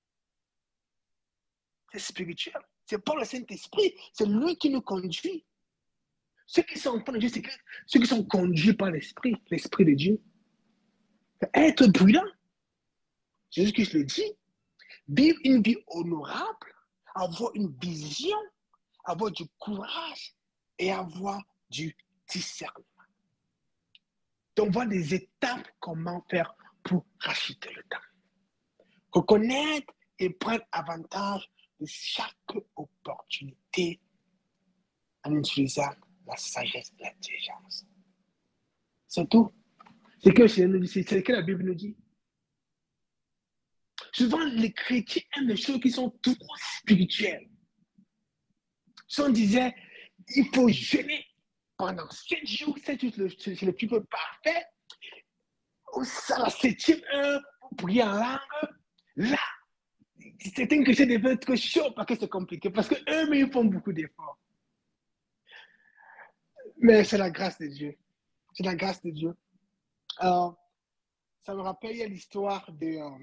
C'est spirituel. C'est pas le Saint-Esprit. C'est lui qui nous conduit. Ceux qui sont enfants de Dieu, c'est ceux qui sont conduits par l'Esprit, l'Esprit de Dieu. Être prudent. Jésus-Christ le dit. Vivre une vie honorable, avoir une vision, avoir du courage et avoir du discernement. Donc, on voit des étapes comment faire pour racheter le temps. Reconnaître et prendre avantage de chaque opportunité en utilisant la sagesse et la diligence. C'est tout. C'est que, c'est ce que la Bible nous dit. Souvent, les chrétiens aiment des choses qui sont trop spirituelles. Si on disait, il faut jeûner pendant sept jours, sept jours, c'est le plus parfait. À la septième heure, pour prier en langue, là, c'est un chrétien devait être chaud parce que c'est compliqué, parce qu'eux, ils font beaucoup d'efforts. Mais c'est la grâce de Dieu. C'est la grâce de Dieu. Alors, ça me rappelle l'histoire de euh,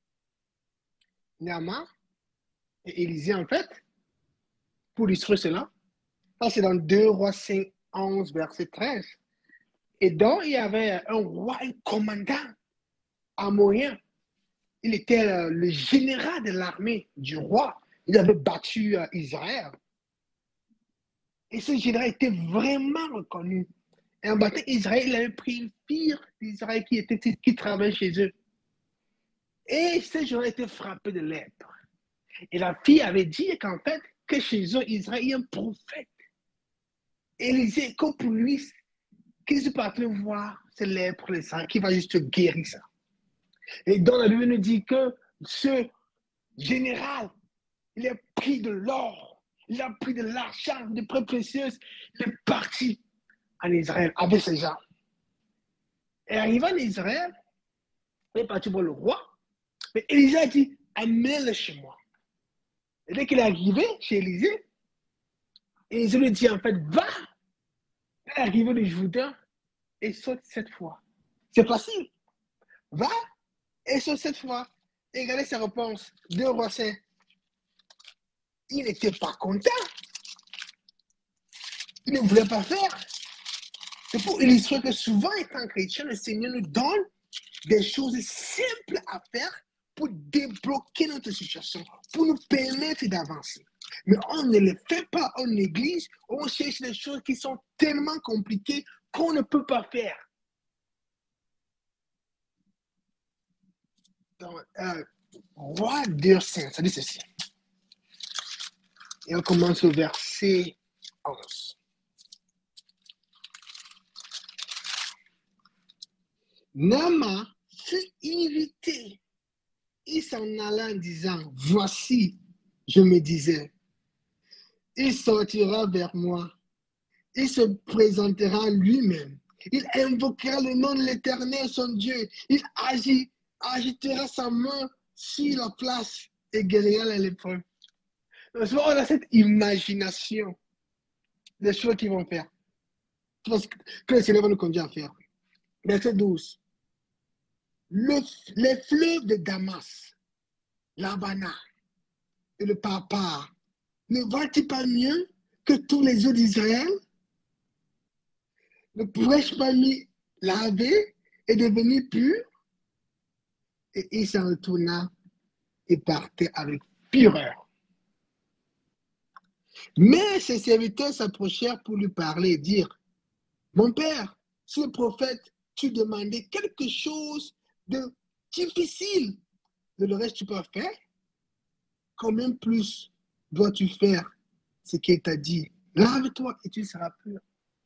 Naaman et Élisée, en fait, pour illustrer cela. Ça, c'est dans deux Rois cinq, onze, verset treize. Et donc, il y avait un roi, un commandant amourien. il était euh, le général de l'armée du roi. Il avait battu euh, Israël. Et ce général était vraiment reconnu. Et en battant Israël, il avait pris une fille d'Israël qui, était, qui travaillait chez eux. Et ce général était frappé de lèpre. Et la fille avait dit qu'en fait, que chez eux, Israël, il y a un prophète. Et il disait que pour lui, qu'il se partait voir ce lèpre, le sang, qui va juste guérir ça. Et dans la Bible, nous dit que ce général, il a pris de l'or, il a pris de l'argent, des preuves précieuses, il est parti en Israël avec ces gens. Et arrivé en Israël, il est parti voir le roi, mais Élisée a dit, amène-le chez moi. Et dès qu'il est arrivé chez Élisée, Élisée lui dit en fait, va, il est arrivé de Jourdain et saute cette fois. C'est facile. Va et saute cette fois. Et regardez sa réponse. Deux rois saints. Il n'était pas content. Il ne voulait pas faire. C'est pour illustrer que souvent, étant chrétien, le Seigneur nous donne des choses simples à faire pour débloquer notre situation, pour nous permettre d'avancer. Mais on ne le fait pas en église, on cherche des choses qui sont tellement compliquées qu'on ne peut pas faire. Donc, euh, Roi deux cinq, ça dit ceci. Et on commence au verset onze. Nama fut irrité. Il s'en alla en disant, voici, je me disais, il sortira vers moi, il se présentera lui-même, il invoquera le nom de l'Éternel, son Dieu, il agit, agitera sa main sur la place et guérira les lépreux. Donc, on a cette imagination des choses qu'ils vont faire, que le Seigneur va nous conduire à faire. Verset douze. Le, les fleuves de Damas, l'Abana et le Papa, ne valent-ils pas mieux que tous les eaux d'Israël? Ne pourrais-je pas m'y laver et devenir pur? Et il s'en retourna et partait avec fureur. Mais ses serviteurs s'approchèrent pour lui parler et dire, mon père, si le prophète, tu demandais quelque chose de difficile, ne l'aurais-tu pas fait? Combien plus dois-tu faire ce qu'il t'a dit? Lave-toi et tu seras pur.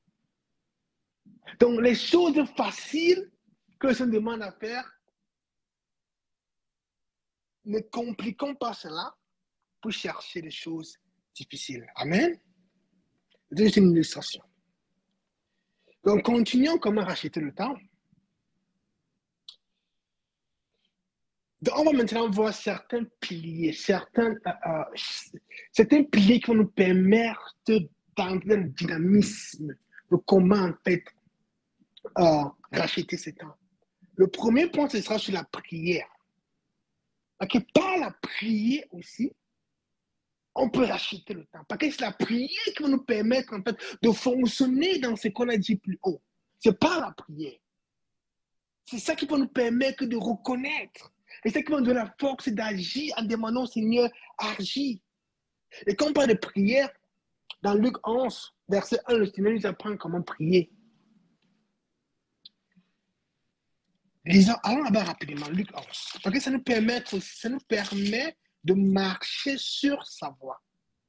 Donc, les choses faciles que je demande à faire, ne compliquons pas cela pour chercher des choses difficiles. Amen. C'est une illustration. Donc, continuons comment racheter le temps. Donc, on va maintenant voir certains piliers, certains, euh, euh, certains piliers qui vont nous permettre d'entrer dans le dynamisme de comment, en fait, euh, racheter ce temps. Le premier point, ce sera sur la prière. Parce que par la prière aussi, on peut racheter le temps. Parce que c'est la prière qui va nous permettre, en fait, de fonctionner dans ce qu'on a dit plus haut. C'est par la prière. C'est ça qui va nous permettre de reconnaître. Et c'est ça qui va nous donner la force d'agir en demandant au Seigneur, agis. Et quand on parle de prière, dans Luc onze, verset un, le Seigneur nous apprend comment prier. Lisons, allons là-bas rapidement, Luc onze. Parce que ça nous permet, ça nous permet de marcher sur sa voie.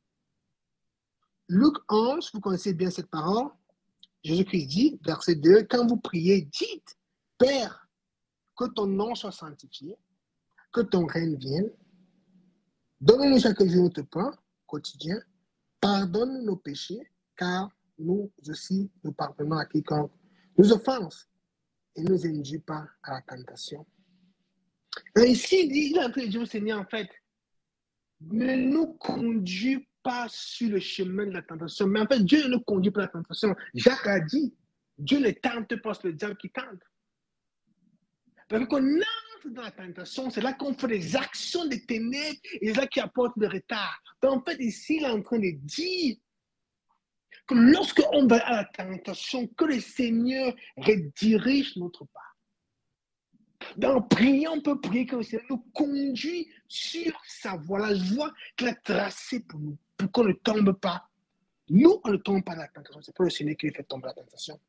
Luc onze, vous connaissez bien cette parole. Jésus-Christ dit, verset deux, quand vous priez, dites, Père, que ton nom soit sanctifié, que ton règne vienne. Donne-nous chaque jour notre pain quotidien. Pardonne nos péchés, car nous aussi, nous pardonnons à quiconque nous offense. Et ne nous induis pas à la tentation. Et ici, il est en train de dire au Seigneur, en fait, ne nous conduis pas sur le chemin de la tentation. Mais en fait, Dieu ne nous conduit pas à la tentation. Jacques a dit, Dieu ne tente pas, c'est le diable qui tente. Parce qu'on entre dans la tentation, c'est là qu'on fait des actions de ténèbres et c'est là qui apporte le retard. Donc en fait, ici, il est en train de dire que lorsqu'on va à la tentation, que le Seigneur redirige notre pas. Dans prier, on peut prier que le Seigneur nous conduit sur sa voie, la voie qu'il a tracée pour nous, pour qu'on ne tombe pas. Nous, on ne tombe pas dans la tentation. C'est pas le Seigneur qui fait tomber la tentation.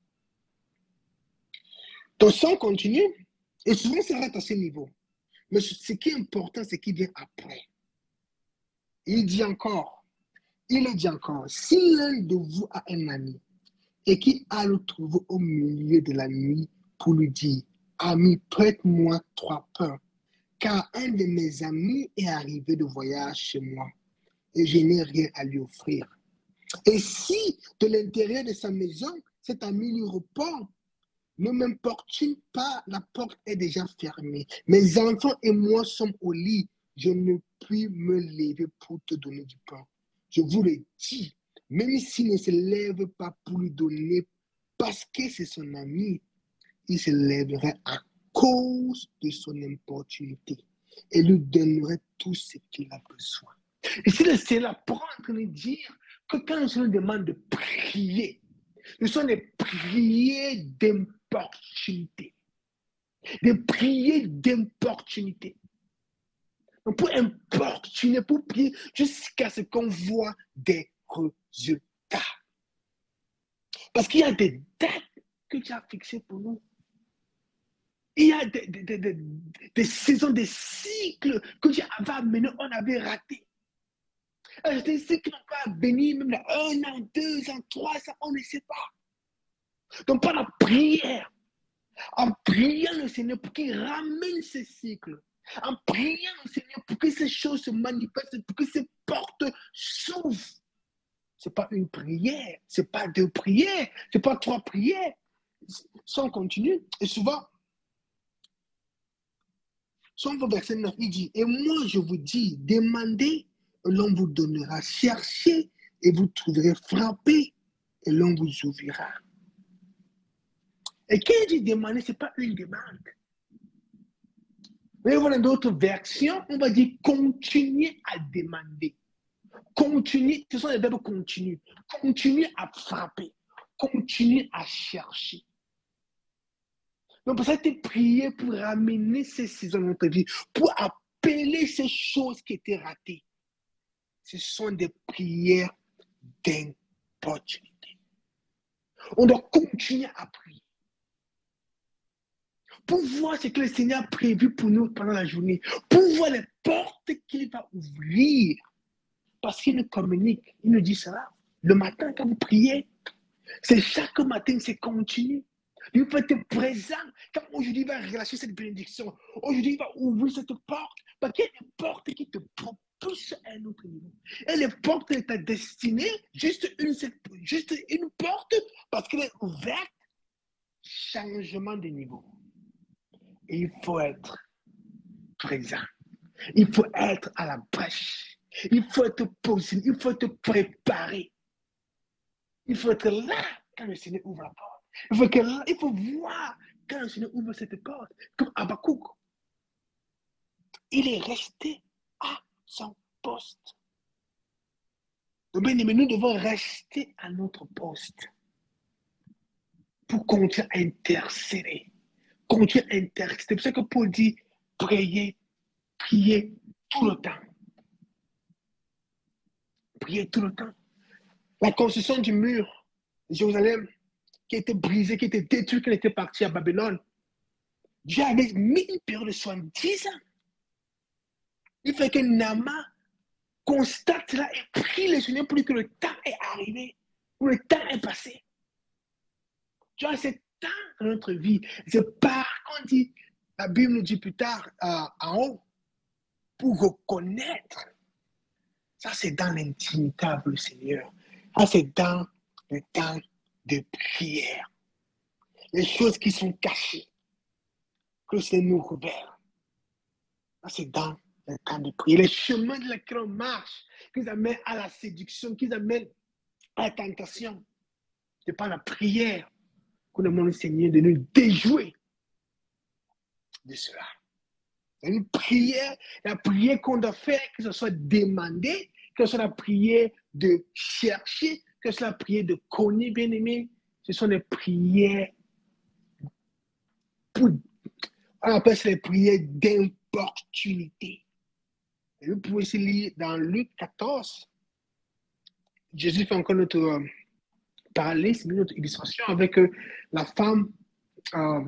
Donc, ça, on continue. Et souvent, ça reste à ce niveau. Mais ce qui est important, c'est qu'il vient après. Il dit encore, il dit encore, si l'un de vous a un ami et qui a le trouvé au milieu de la nuit pour lui dire, ami, prête-moi trois pains, car un de mes amis est arrivé de voyage chez moi et je n'ai rien à lui offrir. Et si de l'intérieur de sa maison, cet ami lui répond, ne m'importune pas, la porte est déjà fermée. Mes enfants et moi sommes au lit. Je ne puis me lever pour te donner du pain. Je vous le dis, même s'il ne se lève pas pour lui donner, parce que c'est son ami, il se lèverait à cause de son importunité et lui donnerait tout ce qu'il a besoin. Et si le Seigneur prend en train de dire que quand le Seigneur demande de prier, ce sont des prières d'importunité. Des prières d'importunité. Donc pour importuner, pour prier jusqu'à ce qu'on voit des résultats. Parce qu'il y a des dates que tu as fixées pour nous. Il y a des, des, des, des saisons, des cycles que tu avais amenés, on avait raté. C'est des cycles qu'on va bénir même là, un an, deux ans, trois ans, on ne sait pas. Donc par la prière, en priant le Seigneur pour qu'il ramène ces cycles, en priant le Seigneur pour que ces choses se manifestent, pour que ces portes s'ouvrent. Ce n'est pas une prière, ce n'est pas deux prières, ce n'est pas trois prières. Ça, on continue. Et souvent, son verset neuf, il dit, et moi je vous dis, demandez et l'on vous donnera, cherchez et vous trouverez, frappez et l'on vous ouvrira. Et quand il dit demander, ce n'est pas une demande. Mais voilà d'autres versions, on va dire continuer à demander. Continuer, ce sont les verbes continue. Continuer à frapper. Continuer à chercher. Donc pour ça, tu prié pour ramener ces saisons dans notre vie, pour appeler ces choses qui étaient ratées. Ce sont des prières d'importunité. On doit continuer à prier. Pour voir ce que le Seigneur a prévu pour nous pendant la journée. Pour voir les portes qu'il va ouvrir. Parce qu'il nous communique, il nous dit cela. Le matin, quand vous priez, c'est chaque matin, c'est continu. Il faut être présent. Quand aujourd'hui il va relâcher cette bénédiction, aujourd'hui il va ouvrir cette porte. Parce qu'il y a des portes qui te propulsent à un autre niveau. Et les portes de ta destinée, juste une, juste une porte, parce qu'elle est ouverte, changement de niveau. Et il faut être présent. Il faut être à la brèche. Il faut être posé. Il faut être préparé. Il faut être là quand le Seigneur ouvre la porte. Il faut, que, il faut voir quand le Seigneur ouvre cette porte. Comme Habakkuk. Il est resté à son poste. Donc, bien aimé, nous devons rester à notre poste pour continuer à intercéder. Continuer à intercéder. C'est pour ça que Paul dit prier, prier tout le temps. Prier tout le temps. La construction du mur de Jérusalem qui était brisée, qui était détruite, qui était partie à Babylone. Dieu avait mis une période de soixante-dix ans. Il fait que Naaman constate cela et prie le Seigneur pour lui que le temps est arrivé, pour le temps est passé. Tu vois, c'est temps dans notre vie. C'est par contre, dit, la Bible nous dit plus tard euh, en haut, pour reconnaître. Ça, c'est dans l'intimité avec le Seigneur. Ça, c'est dans le temps de prière. Les choses qui sont cachées, que le Seigneur nous révèle. Ça, c'est dans le temps de prière. Les chemins de lesquels on marche, qui nous amènent à la séduction, qui nous amènent à la tentation. C'est par la prière qu'on demande au Seigneur de nous déjouer de cela. C'est une prière, la prière qu'on doit faire, que ce soit demandé, que ce soit la prière de chercher, que ce soit la prière de connaître, bien aimé. Ce sont des prières pour, On appelle ça les prières d'importunité. Et vous pouvez aussi lire dans Luc quatorze. Jésus fait encore notre euh, parler, c'est notre illustration avec euh, la femme euh,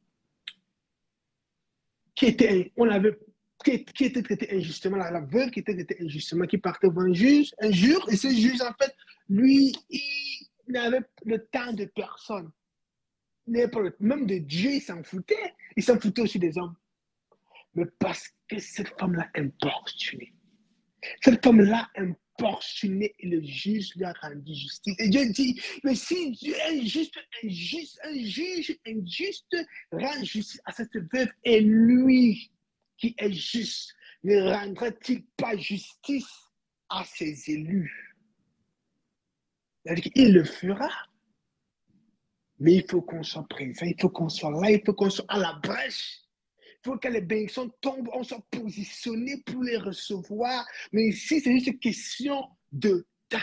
qui était, on avait, qui, qui était traitée injustement, la, la veuve qui était traitée injustement, qui partait devant un juge, un juge, et ce juge, en fait, lui, il n'avait le temps de personne. Même de Dieu, il s'en foutait. Il s'en foutait aussi des hommes. Mais parce que cette femme-là importunée. Cette femme-là importunée et le juge lui a rendu justice. Et Dieu dit, mais si Dieu est injuste, injuste, un juge injuste rend justice à cette veuve et lui qui est juste, ne rendra-t-il pas justice à ses élus? C'est-à-dire qu'il le fera. Mais il faut qu'on soit présent, il faut qu'on soit là, il faut qu'on soit à la brèche. Il faut que les bénédictions tombent, on soit positionné pour les recevoir. Mais ici, c'est juste une question de temps.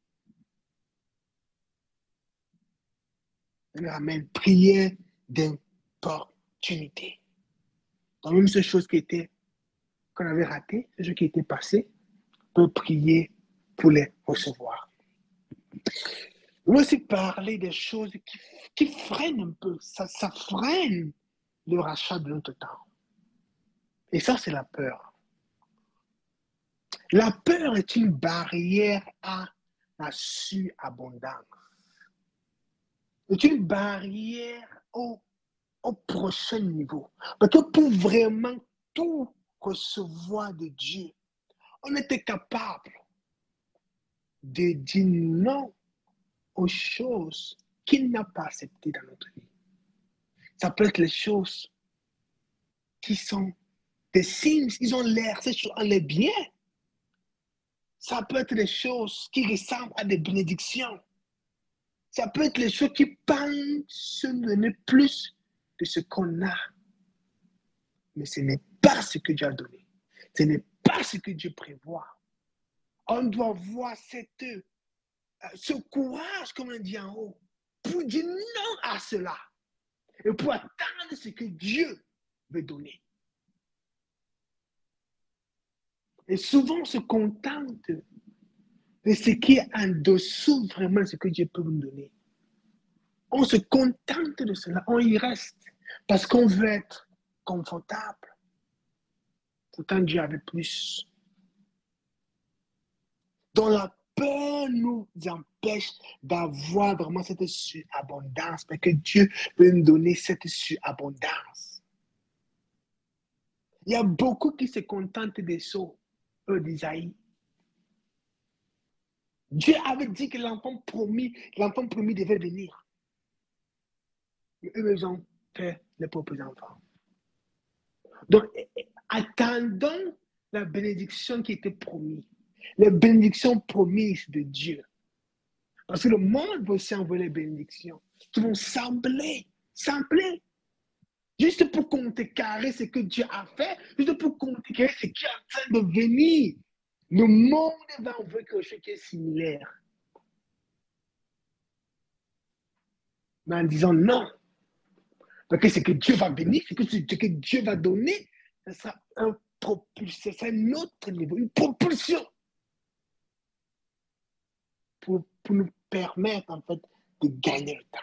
Amen. Prière d'opportunité. Donc, même ces choses qui étaient, qu'on avait ratées, ces choses qui étaient passées, on peut prier pour les recevoir. On va aussi parler des choses qui, qui freinent un peu, ça, ça freine le rachat de notre temps. Et ça, c'est la peur. La peur est une barrière à la surabondance. C'est une barrière au, au prochain niveau. Parce que pour vraiment tout recevoir de Dieu, on était capable de dire non aux choses qu'il n'a pas acceptées dans notre vie. Ça peut être les choses qui sont des signes, ils ont l'air, ces choses, on les bien. Ça peut être des choses qui ressemblent à des bénédictions. Ça peut être les choses qui pensent se donner plus de ce qu'on a. Mais ce n'est pas ce que Dieu a donné. Ce n'est pas ce que Dieu prévoit. On doit voir cette, euh, ce courage, comme on dit en haut, pour dire non à cela. Et pour attendre ce que Dieu veut donner. Et souvent, on se contente de ce qui est en dessous vraiment de ce que Dieu peut nous donner. On se contente de cela, on y reste parce qu'on veut être confortable. Pourtant, Dieu avait plus. Donc, la peur nous empêche d'avoir vraiment cette surabondance, parce que Dieu veut nous donner cette surabondance. Il y a beaucoup qui se contentent des sauts, eux d'Isaïe. Dieu avait dit que l'enfant promis, l'enfant promis devait venir. Mais eux, ils ont fait les propres enfants. Donc, attendons la bénédiction qui était promise. Les bénédictions promises de Dieu. Parce que le monde va aussi envoyer les bénédictions qui vont sembler, sembler. Juste pour contrecarrer ce que Dieu a fait, juste pour contrecarrer ce qui est en train de venir. Le monde va envoyer quelque chose qui est similaire. Mais en disant non. Parce que ce que Dieu va bénir, ce que, ce que Dieu va donner, ce sera un propulseur, c'est un autre niveau, une propulsion. Pour, pour nous permettre en fait de gagner le temps.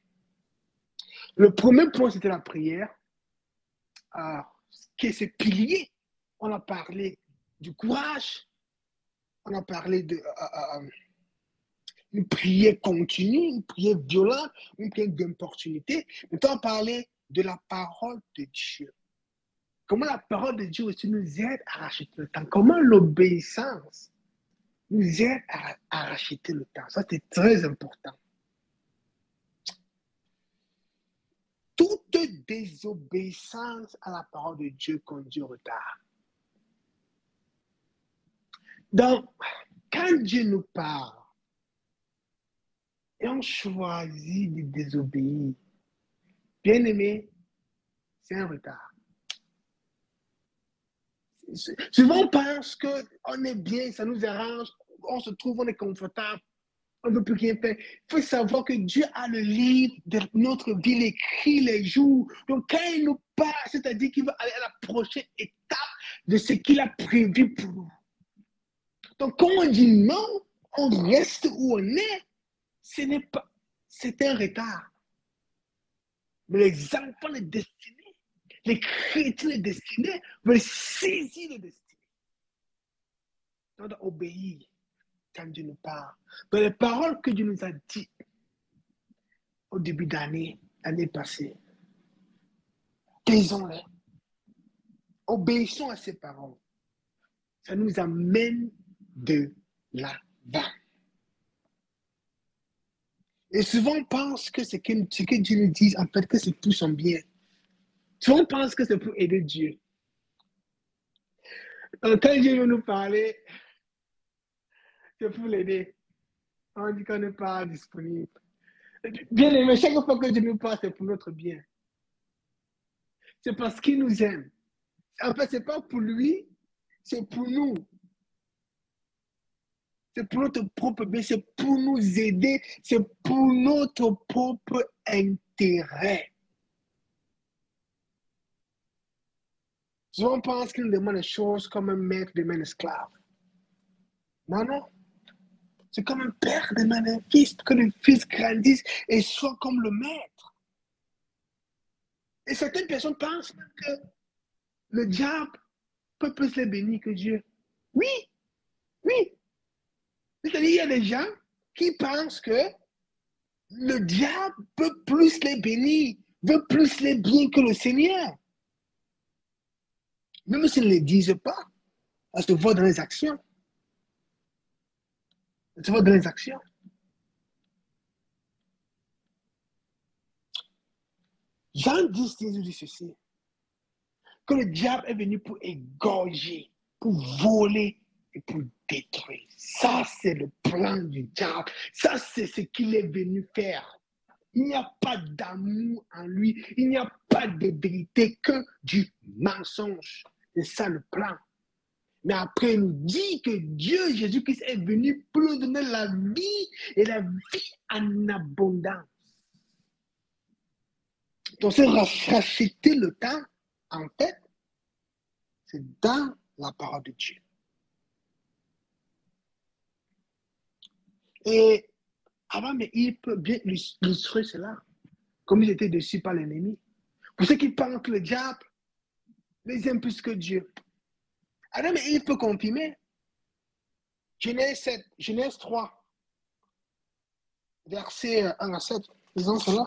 Le premier point, c'était la prière, euh, qui est ce pilier. On a parlé du courage, on a parlé de euh, euh, une prière continue, une prière violente, une prière d'opportunité. Maintenant, on parlait de la parole de Dieu. Comment la parole de Dieu aussi nous aide à racheter le temps. Comment l'obéissance nous aide à, à racheter le temps. Ça, c'est très important. Toute désobéissance à la parole de Dieu conduit au retard. Donc, quand Dieu nous parle et on choisit de désobéir, bien aimé, c'est un retard. Souvent, on pense qu'on est bien, ça nous arrange, on se trouve, on est confortable, on ne peut plus rien faire. Il faut savoir que Dieu a le livre de notre vie, il écrit les jours. Donc, quand il nous pas, c'est-à-dire qu'il va aller à la prochaine étape de ce qu'il a prévu pour nous. Donc, quand on dit non, on reste où on est, ce n'est pas, c'est un retard. Mais les enfants les destinés, les chrétiens les destinés veulent saisir les destinées. On doit obéir quand Dieu nous parle. Dans les paroles que Dieu nous a dites au début d'année, l'année passée, taisons-les. Obéissons à ces paroles. Ça nous amène de là-bas. Et souvent, on pense que ce que, ce que Dieu nous dit, en fait, que c'est pour son bien. Souvent, on pense que c'est pour aider Dieu. Donc, quand Dieu veut nous parler, c'est pour l'aider. On dit qu'on n'est pas disponible. Bien aimé, chaque fois que Dieu nous parle, c'est pour notre bien. C'est parce qu'il nous aime. En fait, ce n'est pas pour lui, c'est pour nous. C'est pour notre propre bien, c'est pour nous aider, c'est pour notre propre intérêt. Souvent, on pense qu'il nous demande des choses comme un maître demande un esclave. Non, non. C'est comme un père demande un fils, pour que le fils grandisse et soit comme le maître. Et certaines personnes pensent même que le diable peut plus les bénir que Dieu. Oui, oui. C'est-à-dire, il y a des gens qui pensent que le diable peut plus les bénir, veut plus les bien que le Seigneur. Même s'ils ne le disent pas, ça se voit dans les actions. Ça se voit dans les actions. Jean dix, Jésus dit ceci, que le diable est venu pour égorger, pour voler et pour détruire. Ça, c'est le plan du diable. Ça, c'est ce qu'il est venu faire. Il n'y a pas d'amour en lui. Il n'y a pas de vérité que du mensonge. C'est ça le plan. Mais après, il nous dit que Dieu, Jésus-Christ, est venu pour nous donner la vie et la vie en abondance. Donc, c'est racheter le temps, en fait, c'est dans la parole de Dieu. Et avant, mais il peut bien illustrer cela, comme il était déçu par l'ennemi. Pour ceux qui pensent que le diable les aime plus que Dieu. Adam et Ève peut confirmer. Genèse sept, Genèse trois, verset un à sept. Lisons cela.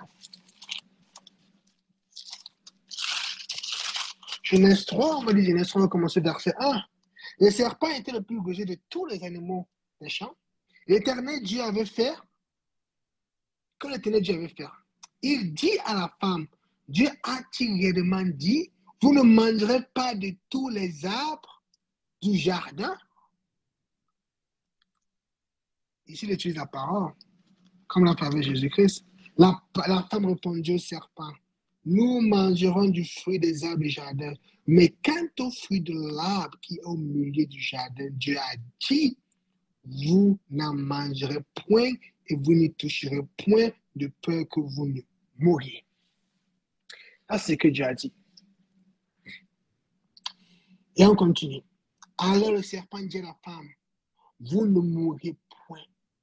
Genèse trois, on va dire Genèse trois, on va commencer verset un. Le serpent était le plus rusé de tous les animaux des champs. L'Éternel Dieu avait fait, que l'Éternel Dieu avait fait. Il dit à la femme, Dieu a-t-il réellement dit, vous ne mangerez pas de tous les arbres du jardin? Ici, il utilise la parole, comme l'a fait Jésus-Christ. La, la femme répondit au serpent, nous mangerons du fruit des arbres du jardin, mais quant au fruit de l'arbre qui est au milieu du jardin, Dieu a dit, vous n'en mangerez point et vous n'y toucherez point de peur que vous ne mouriez. Ça, c'est ce que Dieu a dit. Et on continue. Alors le serpent dit à la femme, vous ne mourrez point.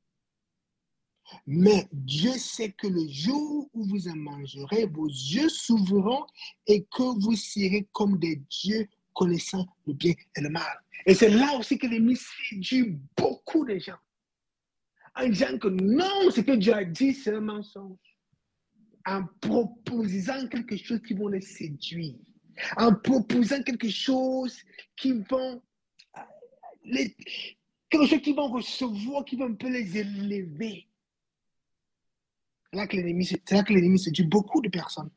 Mais Dieu sait que le jour où vous en mangerez, vos yeux s'ouvriront et que vous serez comme des dieux connaissant le bien et le mal. Et c'est là aussi que l'ennemi séduit beaucoup de gens. En disant que non, ce que Dieu a dit, c'est un mensonge. En proposant quelque chose qui va les séduire. En proposant quelque chose qui vont les, quelque chose qui vont recevoir, qui va un peu les élever. C'est là que l'ennemi, c'est là que l'ennemi séduit beaucoup de personnes.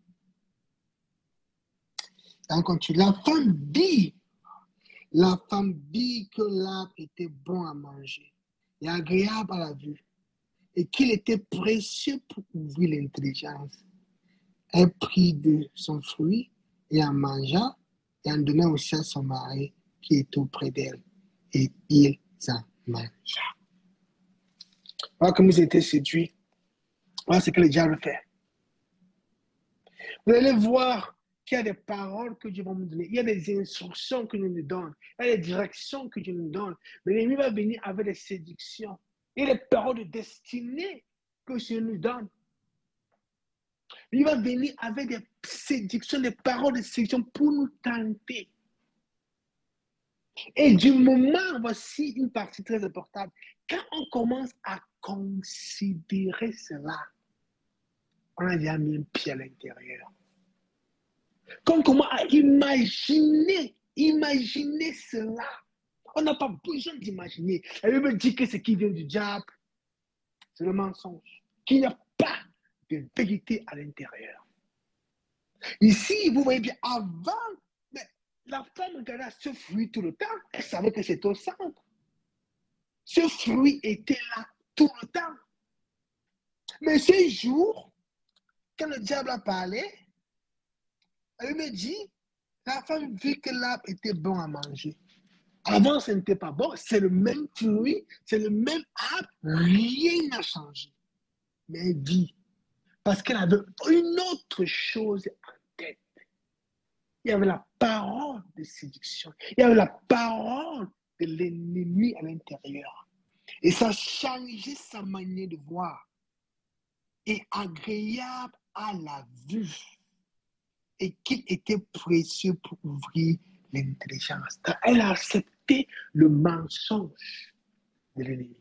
Donc, quand tu, la femme dit, la femme dit que l'arbre était bon à manger et agréable à la vue et qu'il était précieux pour ouvrir l'intelligence. Elle prit de son fruit et en mangea et en donna aussi à son mari qui était auprès d'elle. Et ils en mangea. Voilà comment ils étaient séduits. Voilà ce que le diable fait. Vous allez voir qu'il y a des paroles que Dieu va nous donner, il y a des instructions que Dieu nous donne, il y a des directions que Dieu nous donne. Mais l'ennemi va venir avec des séductions. Il y a des paroles de destinée que Dieu nous donne. Il va venir avec des séductions, des paroles de séduction pour nous tenter. Et du moment, voici une partie très importante, quand on commence à considérer cela, on a déjà mis un pied à l'intérieur. Quand on commence à imaginer, imaginer cela, on n'a pas besoin d'imaginer. La Bible dit que ce qui vient du diable, c'est le mensonge, qu'il n'y a pas de vérité à l'intérieur. Ici, vous voyez bien, avant, la femme regardait ce fruit tout le temps, elle savait que c'était au centre. Ce fruit était là tout le temps. Mais ce jour, quand le diable a parlé, elle me dit, la femme vit que l'arbre était bon à manger. Avant, ce n'était pas bon, c'est le même fruit, c'est le même arbre, rien n'a changé. Mais elle vit, parce qu'elle avait une autre chose en tête. Il y avait la parole de séduction, il y avait la parole de l'ennemi à l'intérieur. Et ça changeait sa manière de voir. Et agréable à la vue. Et qu'il était précieux pour ouvrir l'intelligence. Elle a accepté le mensonge de l'ennemi.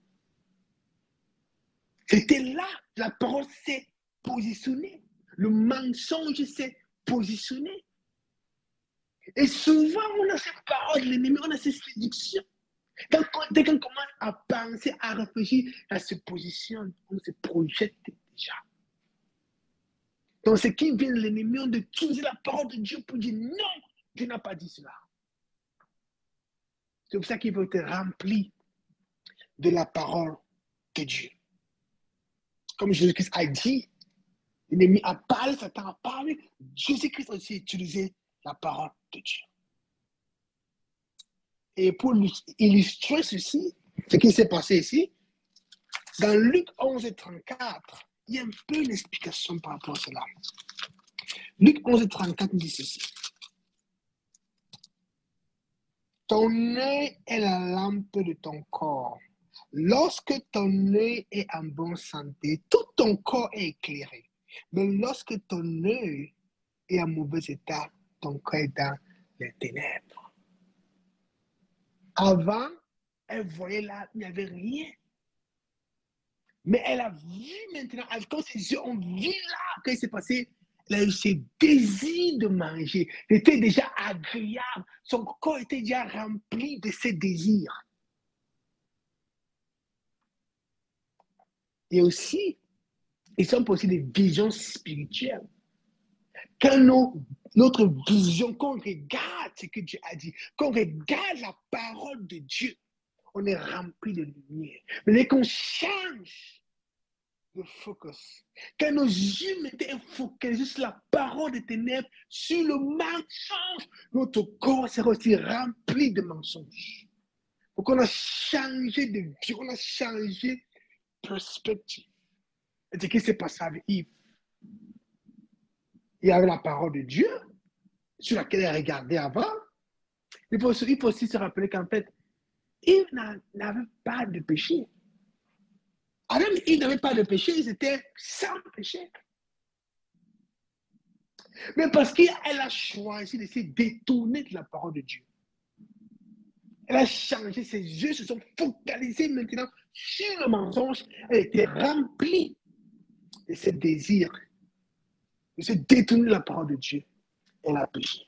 C'était là, la parole s'est positionnée. Le mensonge s'est positionné. Et souvent, on a cette parole de l'ennemi, on a cette séduction. Quand, dès qu'on commence à penser, à réfléchir, à se positionner, on se projette déjà. Donc, ce qui vient de l'ennemi, on doit utiliser la parole de Dieu pour dire non, Dieu n'a pas dit cela. C'est pour ça qu'il faut être rempli de la parole de Dieu. Comme Jésus-Christ a dit, l'ennemi a parlé, Satan a parlé, Jésus-Christ a aussi utilisé la parole de Dieu. Et pour illustrer ceci, ce qui s'est passé ici, dans Luc onze, trente-quatre, il y a un peu une explication par rapport à cela. Luc onze, trente-quatre dit ceci. Ton œil est la lampe de ton corps. Lorsque ton œil est en bonne santé, tout ton corps est éclairé. Mais lorsque ton œil est en mauvais état, ton corps est dans les ténèbres. Avant, elle voyait là, il n'y avait rien. Mais elle a vu maintenant, quand ses yeux ont vu là, quand il s'est passé, elle a eu ce désir de manger. C'était déjà agréable. Son corps était déjà rempli de ses désirs. Et aussi, ils sont aussi des visions spirituelles. Quand nos, notre vision, quand on regarde ce que Dieu a dit, quand on regarde la parole de Dieu, on est rempli de lumière. Mais dès qu'on change de focus, quand nos yeux mettaient focalisés sur la parole des ténèbres, sur le mensonge, notre corps sera aussi rempli de mensonges. Donc on a changé de vie, on a changé de perspective. Et ce qui s'est passé avec Yves. Il y avait la parole de Dieu, sur laquelle elle regardait avant. Il faut, il faut aussi se rappeler qu'en fait, Yves n'avait pas de péché. Adam et Yves n'avaient pas de péché, ils étaient sans péché. Mais parce qu'elle a choisi de se détourner de la parole de Dieu. Elle a changé, ses yeux se sont focalisés maintenant sur le mensonge. Elle était remplie de ce désir de se détourner de la parole de Dieu. Elle a péché.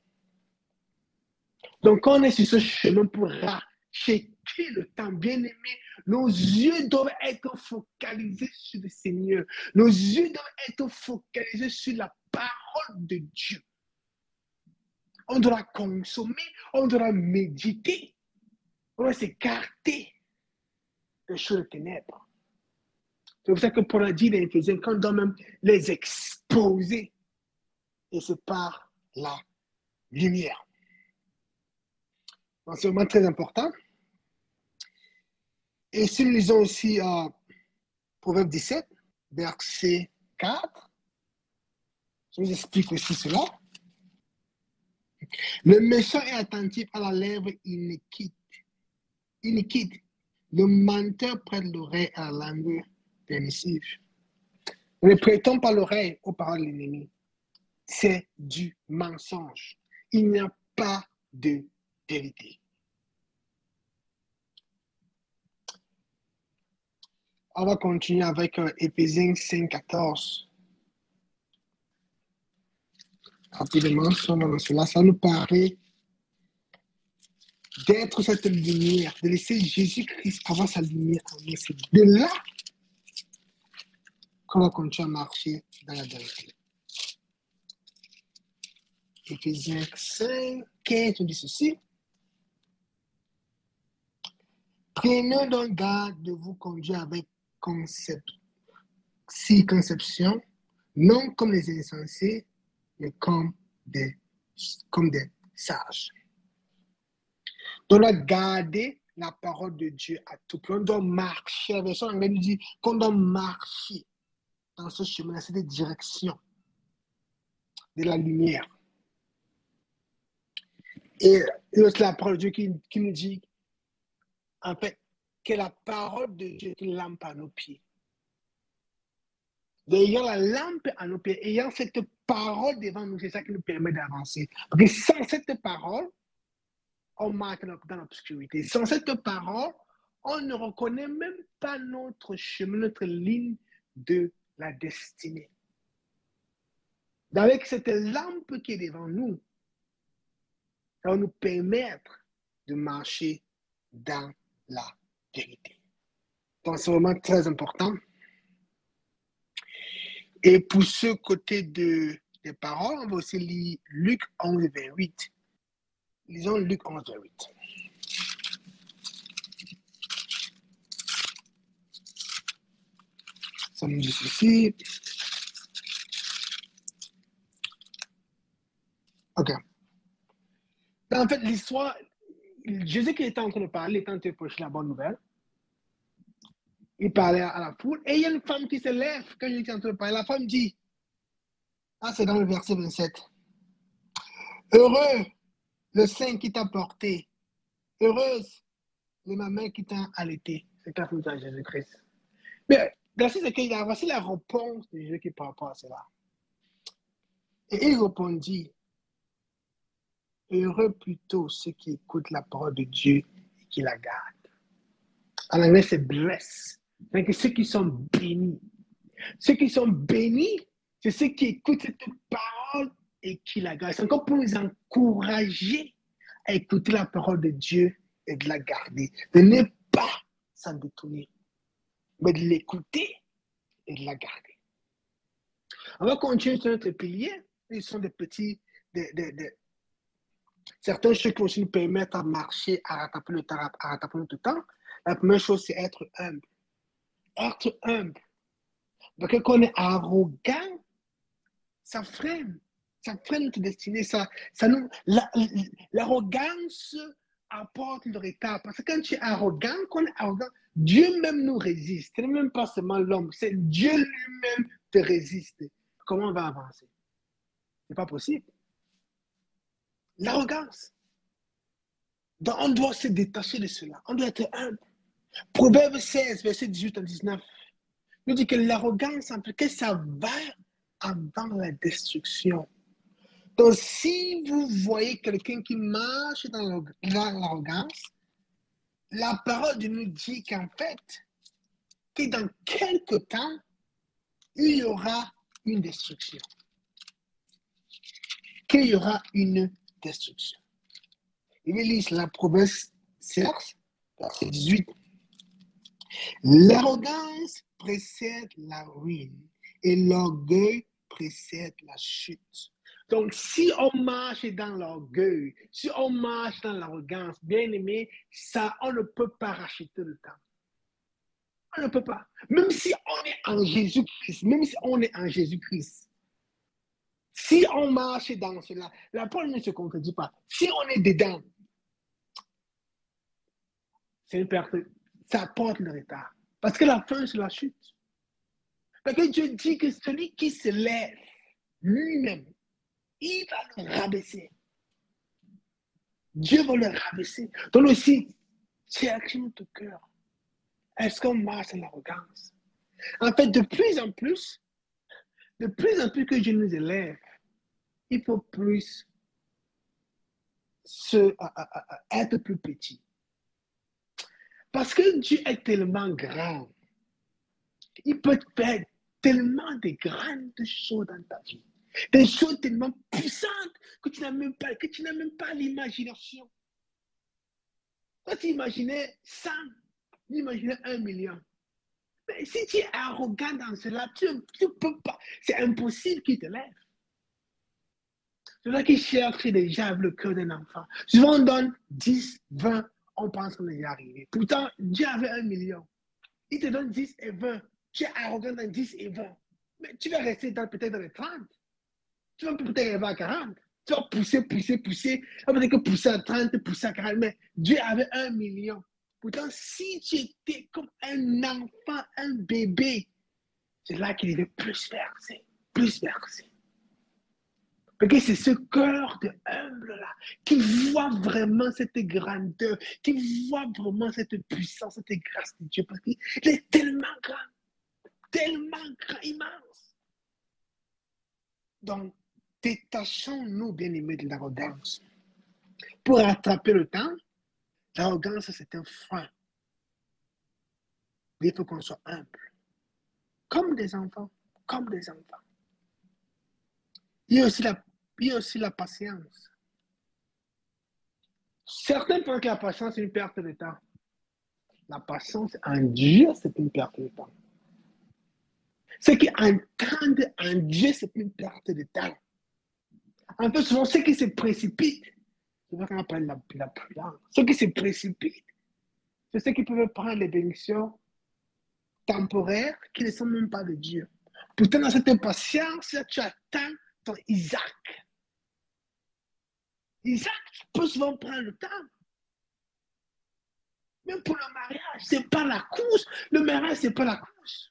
Donc, quand on est sur ce chemin pour racheter le temps, bien aimé, nos yeux doivent être focalisés sur le Seigneur. Nos yeux doivent être focalisés sur la parole de Dieu. On doit consommer, on doit méditer, on doit s'écarter des choses de ténèbres. C'est pour ça que Paul a dit dans Éphésiens qu'on doit même les exposer. Et c'est par la lumière. Donc, c'est vraiment très important. Et si nous lisons aussi euh, Proverbe dix-sept, verset quatre, je vous explique aussi cela. Le méchant est attentif à la lèvre iniquite. iniquite. Le menteur prête l'oreille à la langue permissive. Ne prêtons pas l'oreille aux paroles de l'ennemi. C'est du mensonge. Il n'y a pas de vérité. On va continuer avec euh, Éphésiens cinq, quatorze. Rapidement, cela, ça nous paraît d'être cette lumière, de laisser Jésus-Christ avoir sa lumière en nous. C'est de là qu'on va continuer à marcher dans la vérité. Éphésiens cinq, quinze, on dit ceci. Prenez donc garde de vous conduire avec concept, circonception, non comme les insensés, mais comme des, comme des sages. On doit garder la parole de Dieu à tout prix. On doit marcher. La version anglaise nous dit qu'on doit marcher dans ce chemin, dans cette direction de la lumière. Et c'est la parole de Dieu qui, qui nous dit, en fait, que la parole de Dieu est une lampe à nos pieds. Ayant la lampe à nos pieds, ayant cette parole devant nous, c'est ça qui nous permet d'avancer. Parce que sans cette parole, on marche dans l'obscurité. Sans cette parole, on ne reconnaît même pas notre chemin, notre ligne de la destinée. Avec cette lampe qui est devant nous, ça va nous permettre de marcher dans la vérité. Donc, c'est vraiment très important. Et pour ce côté de, des paroles, on va aussi lire Luc onze, vingt-huit. Lisons Luc onze, vingt-huit. Ça nous dit ceci. OK. En fait, l'histoire, Jésus qui était en train de parler, était en train de prêcher la bonne nouvelle. Il parlait à la foule et il y a une femme qui se lève quand il est en train de parler. La femme dit, ah, c'est dans le verset vingt-sept. Heureux le sein qui t'a porté, heureuse les mamans qui t'ont allaité. C'est la faute à Jésus-Christ. Mais voici, c'est qu'il y a, voici la réponse de Jésus qui par rapport à cela. Et il répondit, heureux plutôt ceux qui écoutent la parole de Dieu et qui la gardent. En anglais, c'est bless. C'est ceux qui sont bénis. Ceux qui sont bénis, c'est ceux qui écoutent cette parole et qui la gardent. C'est encore pour nous encourager à écouter la parole de Dieu et de la garder. De ne pas s'en détourner, mais de l'écouter et de la garder. On va continuer sur notre pilier. Ils sont des petits, des, des, des, certaines choses qui aussi nous permettent à marcher, à rattraper le temps, à rattraper notre temps. La première chose, c'est être humble. Être humble. Parce que quand on est arrogant, ça freine. Ça freine notre destinée. Ça, ça nous, la, l'arrogance apporte le retard. Parce que quand tu es arrogant, quand on est arrogant, Dieu même nous résiste. Ce n'est même pas seulement l'homme, c'est Dieu lui-même te résiste. Comment on va avancer? Ce n'est pas possible. L'arrogance. Donc, on doit se détacher de cela. On doit être humble. Proverbe seize, verset dix-huit à dix-neuf, nous dit que l'arrogance, en fait, que ça va avant la destruction. Donc, si vous voyez quelqu'un qui marche dans l'arrogance, la parole de nous dit qu'en fait, que dans quelque temps, il y aura une destruction. Qu'il y aura une destruction. Il lise la Proverbe seize, verset dix-huit. L'arrogance précède la ruine et l'orgueil précède la chute. Donc, si on marche dans l'orgueil, si on marche dans l'arrogance, bien aimé, ça, on ne peut pas racheter le temps. On ne peut pas. Même si on est en Jésus-Christ, même si on est en Jésus-Christ, si on marche dans cela, la parole ne se contredit pas. Si on est dedans, c'est une perte. Ça apporte le retard. Parce que la fin, c'est la chute. Parce que Dieu dit que celui qui se lève lui-même, il va le rabaisser. Dieu va le rabaisser. Donc aussi, cherchez notre cœur. Est-ce qu'on marche en arrogance? En fait, de plus en plus, de plus en plus que Dieu nous élève, il faut plus se, à, à, à, être plus petit. Parce que Dieu est tellement grand. Il peut te faire tellement de grandes choses dans ta vie. Des choses tellement puissantes que tu n'as même pas, que tu n'as même pas l'imagination. Quand tu imaginais cent, tu imaginais un million. Mais si tu es arrogant dans cela, tu ne peux pas. C'est impossible qu'il te lève. C'est là qu'il cherche déjà le cœur d'un enfant. Souvent, on donne dix, vingt, on pense qu'on est arrivé. Pourtant, Dieu avait un million. Il te donne dix et vingt. Tu es arrogant dans dix et vingt. Mais tu vas rester peut-être dans les trente. Tu vas peut-être arriver à quarante. Tu vas pousser, pousser, pousser. Tu vas peut-être que pousser à trente, pousser à quarante. Mais Dieu avait un million. Pourtant, si tu étais comme un enfant, un bébé, c'est là qu'il devait plus verser, plus verser. Parce que c'est ce cœur de humble-là qui voit vraiment cette grandeur, qui voit vraiment cette puissance, cette grâce de Dieu. Parce qu'il est tellement grand, tellement grand, immense. Donc, détachons-nous, bien-aimés, de l'arrogance. Pour rattraper le temps, l'arrogance, c'est un frein. Il faut qu'on soit humble. Comme des enfants, comme des enfants. Il y a aussi la, il y a aussi la patience. Certains pensent que la patience est une perte de temps. La patience en Dieu, c'est une perte de temps. Ceux qui entendent en Dieu, c'est une perte de temps. En fait, souvent, ceux qui se précipitent, c'est ce qu'on appelle la, la prudence. Ceux qui se précipitent, c'est ceux qui peuvent prendre les bénédictions temporaires qui ne sont même pas de Dieu. Pourtant, dans cette impatience, tu attends ton Isaac. Isaac peut souvent prendre le temps. Même pour le mariage, ce n'est pas la course. Le mariage, ce n'est pas la course.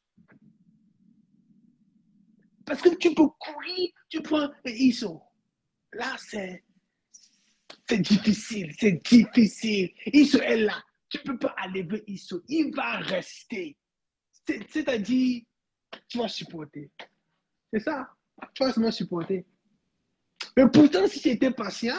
Parce que tu peux courir, tu prends I S O. Là, c'est difficile, c'est difficile. I S O est là. Tu ne peux pas enlever I S O. Il va rester. C'est-à-dire, tu vas supporter. C'est ça. Tu vas seulement supporter. Mais pourtant, si tu étais patient,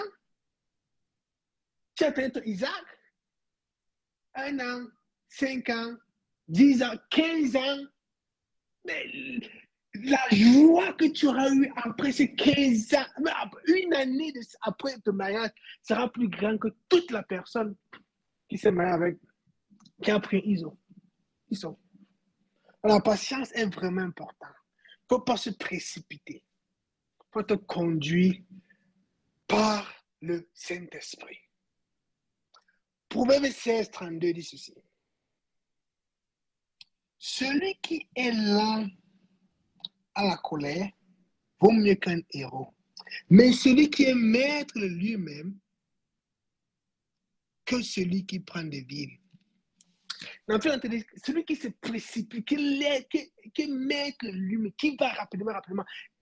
tu attends ton Isaac, un an, cinq ans, dix ans, quinze ans, mais la joie que tu auras eue après ces quinze ans, une année de, après ton mariage, sera plus grande que toute la personne qui s'est mariée avec, qui a pris I S O. I S O. La patience est vraiment importante. Il ne faut pas se précipiter. Il faut te conduire par le Saint-Esprit. Proverbe seize, trente-deux dit ceci. Celui qui est lent à la colère vaut mieux qu'un héros. Mais celui qui est maître de lui-même que celui qui prend des villes. En fait, celui qui se précipite, qui est, qui, qui est maître de lui-même, qui va rapidement, rapidement,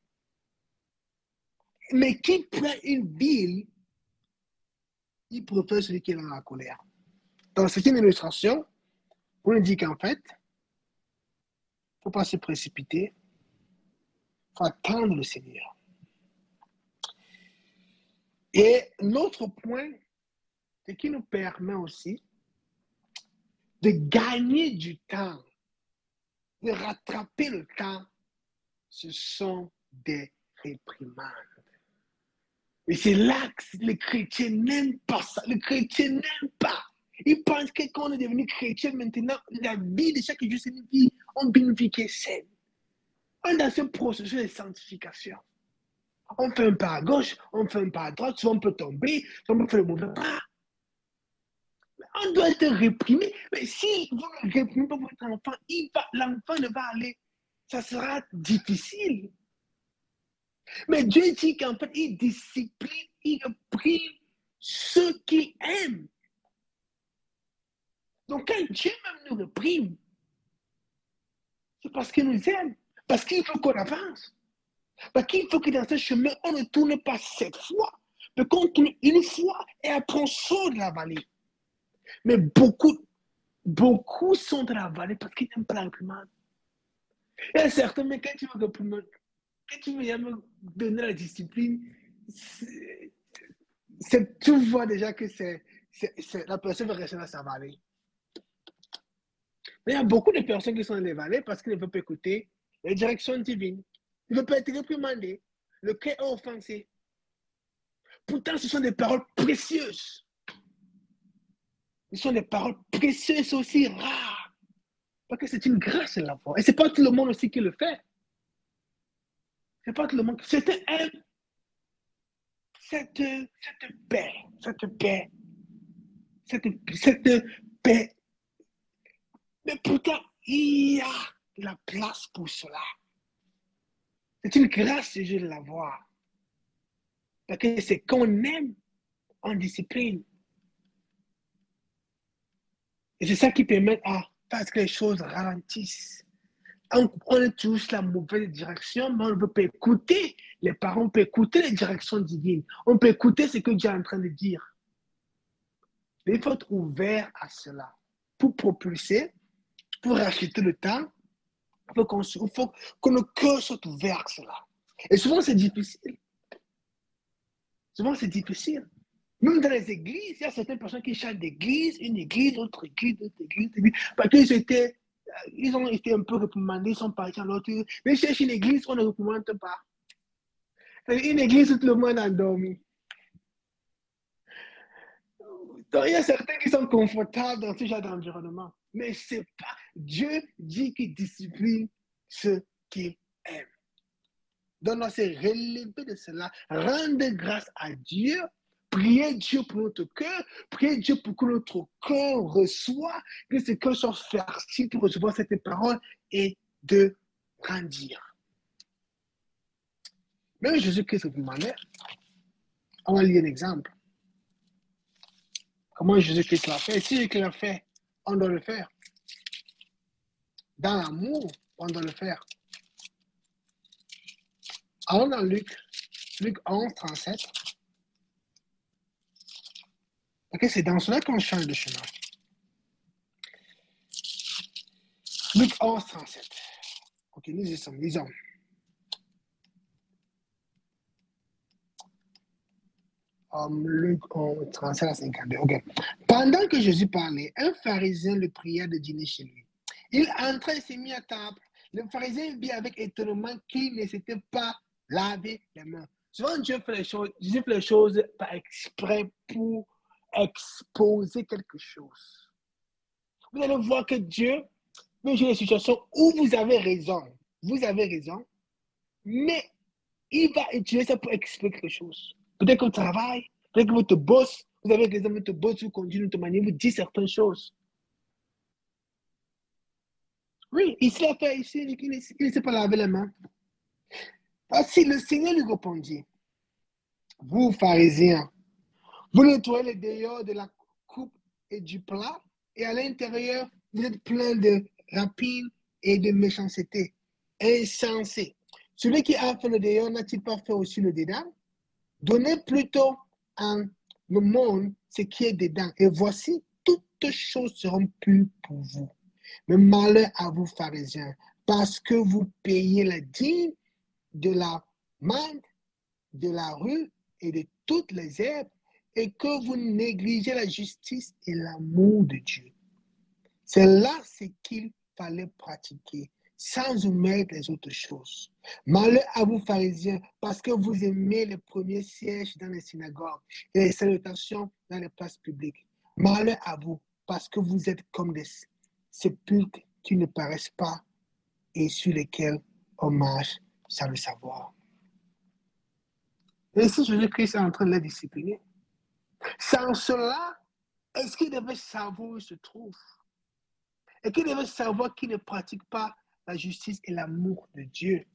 mais qui prend une ville, il préfère celui qui est dans la colère. Donc, c'est une illustration. On nous dit qu'en fait, il ne faut pas se précipiter. Il faut attendre le Seigneur. Et l'autre point, c'est qui nous permet aussi de gagner du temps, de rattraper le temps, ce sont des réprimandes. Et c'est là que les chrétiens n'aiment pas ça. Les chrétiens n'aiment pas. Ils pensent que quand on est devenu chrétien maintenant, la vie de chaque jour, c'est une vie, on vit une vie qui est saine. On est dans ce processus de sanctification. On fait un pas à gauche, on fait un pas à droite, souvent on peut tomber, souvent on peut faire le mauvais pas. Mais on doit être réprimé. Mais si vous ne réprimez pas votre enfant, l'enfant ne va aller. Ça sera difficile. Mais Dieu dit qu'en fait, il discipline, il réprime ceux qu'il aime. Donc quand Dieu même nous réprime, c'est parce qu'il nous aime. Parce qu'il faut qu'on avance. Parce qu'il faut que dans ce chemin, on ne tourne pas cette fois. peut continuer une fois et après on sort de la vallée. Mais beaucoup, beaucoup sont dans la vallée parce qu'ils n'aiment pas la réprimande. Il y a certains, mais quand tu veux réprimander, quand tu veux me donner la discipline, c'est, tu vois déjà que c'est, c'est, c'est, la personne va rester dans sa vallée. Mais il y a beaucoup de personnes qui sont dans les vallées parce qu'ils ne veulent pas écouter les directions divines. Ils ne veulent pas être réprimandés. Le cœur est offensé. Pourtant, ce sont des paroles précieuses. Ce sont des paroles précieuses aussi rares. Parce que c'est une grâce de l'avoir. Et ce n'est pas tout le monde aussi qui le fait. Ce n'est pas tout le monde. C'est un, cette, cette paix, cette paix, cette, cette paix. Mais pourtant, il y a de la place pour cela. C'est une grâce de Dieu de l'avoir. Parce que c'est qu'on aime en discipline. Et c'est ça qui permet à faire que les choses ralentissent. On, on est tous la mauvaise direction, mais on ne peut pas écouter les parents, on peut écouter les directions divines, on peut écouter ce que Dieu est en train de dire. Mais il faut être ouvert à cela. Pour propulser, pour racheter le temps, il faut, qu'on, il faut que nos cœurs soient ouverts à cela. Et souvent, c'est difficile. Souvent, c'est difficile. Même dans les églises, il y a certaines personnes qui chantent d'église, une église, autre église, autre église, autre église parce qu'ils étaient, ils ont été un peu réprimandés, ils sont partis à l'autre. Mais cherche une église, on ne recommande pas. Une église où tout le monde a endormi. Donc, il y a certains qui sont confortables dans ce genre d'environnement. Mais c'est pas. Dieu dit qu'il discipline ceux qu'il aime. Donc, on s'est relevé de cela. Rendre grâce à Dieu. Priez Dieu pour notre cœur. Priez Dieu pour que notre cœur reçoive, que ce cœur soit fertile pour recevoir cette parole et de grandir. Même Jésus-Christ vous demandait. On va lire un exemple. Comment Jésus-Christ l'a fait? Si Jésus l'a fait, on doit le faire. Dans l'amour, on doit le faire. Allons dans Luc, Luc onze, trente-sept. Ok, c'est dans cela qu'on change de chemin. Luc onze, trente-sept. Ok, nous y sommes, lisons. Um, Luc onze, trente-sept à cinquante-deux. Ok. Pendant que Jésus parlait, un pharisien le pria de dîner chez lui. Il entra et s'est mis à table. Le pharisien vit avec étonnement qu'il ne s'était pas lavé les mains. Souvent, Dieu fait les choses, Dieu fait les choses par exprès pour exposer quelque chose. Vous allez voir que Dieu peut jouer des situations où vous avez raison. Vous avez raison, mais il va utiliser ça pour expliquer quelque chose. Peut-être que vous travaillez, peut-être que votre boss, vous avez raison, votre boss vous conduit d'une autre manière, vous dit certaines choses. Oui, il s'est fait ici, il ne s'est pas lavé les mains. Ainsi, le Seigneur lui répondit, vous, pharisiens, vous nettoyez le dehors de la coupe et du plat, et à l'intérieur, vous êtes plein de rapine et de méchanceté. Insensé. Celui qui a fait le dehors n'a-t-il pas fait aussi le dedans? Donnez plutôt en le monde ce qui est dedans, et voici, toutes choses seront pures pour vous. Mais malheur à vous, pharisiens, parce que vous payez la dîme de la manne, de la rue et de toutes les herbes, et que vous négligez la justice et l'amour de Dieu. C'est là ce qu'il fallait pratiquer, sans omettre les autres choses. Malheur à vous, pharisiens, parce que vous aimez les premiers sièges dans les synagogues et les salutations dans les places publiques. Malheur à vous, parce que vous êtes comme des sépulcres qui ne paraissent pas et sur lesquels on marche sans le savoir. Et si Jésus-Christ est en train de les discipliner, sans cela, est-ce qu'il devait savoir où il se trouve? Et qu'il devait savoir qu'il ne pratique pas la justice et l'amour de Dieu?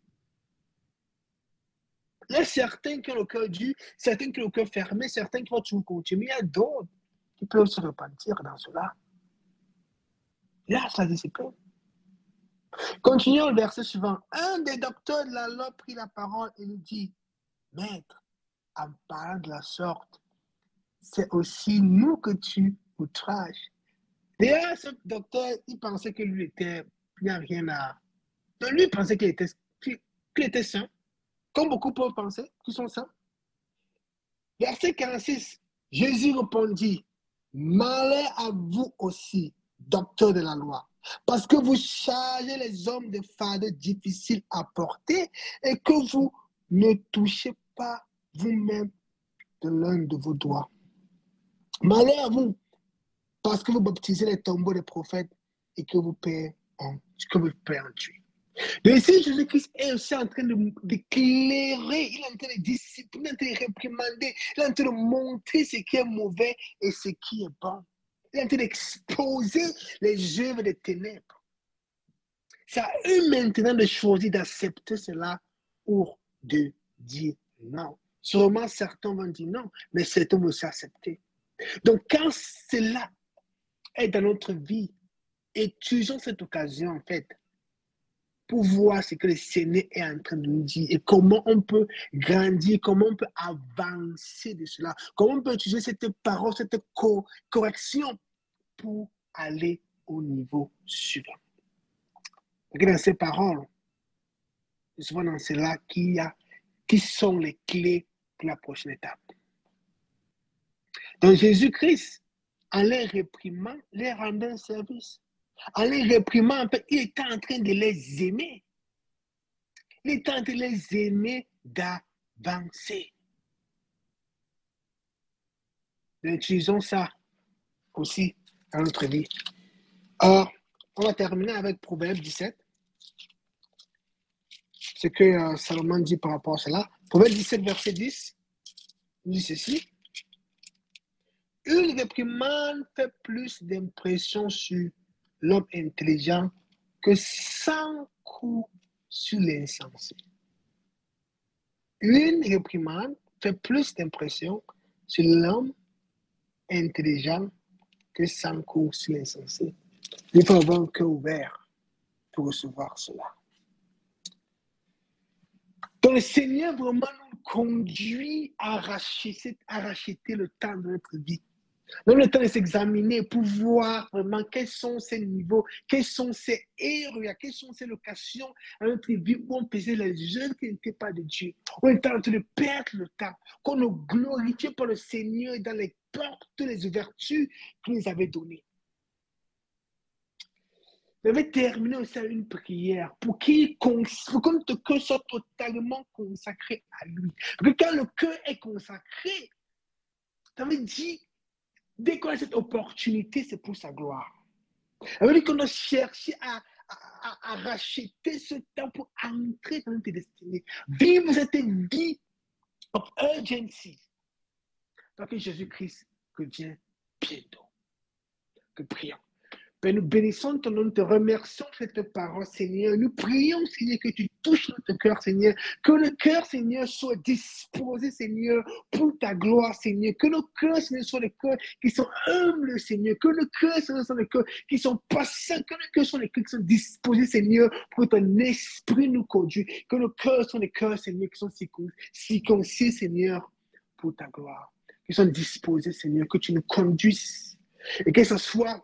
Il y a certains qui ont le cœur dur, certains qui ont le cœur fermé, certains qui vont toujours continuer, mais il y a d'autres qui peuvent se repentir dans cela. Là, c'est la discipline. Continuons le verset suivant. Un des docteurs de la loi prit la parole et lui dit, Maître, en parlant de la sorte, c'est aussi nous que tu outrages. D'ailleurs, ce docteur, il pensait que lui était, il n'y a rien à... Donc, lui, il pensait qu'il était, qu'il était saint, comme beaucoup peuvent penser qu'ils sont saints. Verset quarante-six, Jésus répondit, malheur à vous aussi, docteurs de la loi, parce que vous chargez les hommes de fardeaux difficiles à porter et que vous ne touchez pas vous-même de l'un de vos doigts. Malheur à vous, parce que vous baptisez les tombeaux des prophètes et que vous payez en, que vous payez en tuer. Donc ici, Jésus-Christ est aussi en train d'éclairer, il est en train de discipliner, il est en train de réprimander, il est en train de montrer ce qui est mauvais et ce qui est bon. Il est en train d'exposer les œuvres des ténèbres. C'est à eux maintenant de choisir d'accepter cela ou de dire non. Sûrement certains vont dire non, mais certains vont aussi accepter. Donc quand cela est dans notre vie, utilisons cette occasion en fait pour voir ce que le Seigneur est en train de nous dire et comment on peut grandir, comment on peut avancer de cela, comment on peut utiliser cette parole, cette co correction pour aller au niveau suivant. Et dans ces paroles, c'est souvent dans cela qu'il y a, qui sont les clés pour la prochaine étape. Donc Jésus-Christ, en les réprimant, les rendait un service. En les réprimant, en fait, il était en train de les aimer. Il était en train de les aimer d'avancer. Nous utilisons ça aussi dans notre vie. Alors, on va terminer avec Proverbe dix-sept. Ce que euh, Salomon dit par rapport à cela. Proverbe dix-sept, verset dix, il dit ceci. Une réprimande fait plus d'impression sur l'homme intelligent que cent coups sur l'insensé. Une réprimande fait plus d'impression sur l'homme intelligent que cent coups sur l'insensé. Il faut avoir un cœur ouvert pour recevoir cela. Donc le Seigneur vraiment nous conduit à racheter, à racheter le temps de notre vie. Dans le temps de s'examiner pour voir vraiment quels sont ces niveaux, quels sont ces erreurs, quelles sont ces locations à notre vie où on faisait les œuvres qui n'étaient pas de Dieu. On était en train de perdre le temps, qu'on nous glorifiait pour le Seigneur dans les portes, les ouvertures qu'il nous avait données. Je vais terminer aussi avec une prière pour qu'il pour que notre cœur soit totalement consacré à lui. Parce que quand le cœur est consacré, ça veut dire dès qu'on a cette opportunité, c'est pour sa gloire. Ça veut dire qu'on doit chercher à, à, à, à racheter ce temps pour entrer dans notre destinée. Vivre cette vie of urgency. Parce que Jésus-Christ revient bientôt. Que prions. Père, nous bénissons ton nom, nous te remercions de cette parole, Seigneur. Nous prions, Seigneur, que tu touches notre cœur, Seigneur. Que le cœur, Seigneur, soit disposé, Seigneur, pour ta gloire, Seigneur. Que nos cœurs, Seigneur, soient des cœurs qui sont humbles, Seigneur. Que nos cœurs, Seigneur, soient des cœurs qui sont patients. Que nos cœurs soient des cœurs qui sont disposés, Seigneur, pour que ton esprit nous conduise. Que nos cœurs soient des cœurs, Seigneur, qui sont circoncis, Seigneur, pour ta gloire. Qui sont disposés, Seigneur, que tu nous conduises. Et que ce soit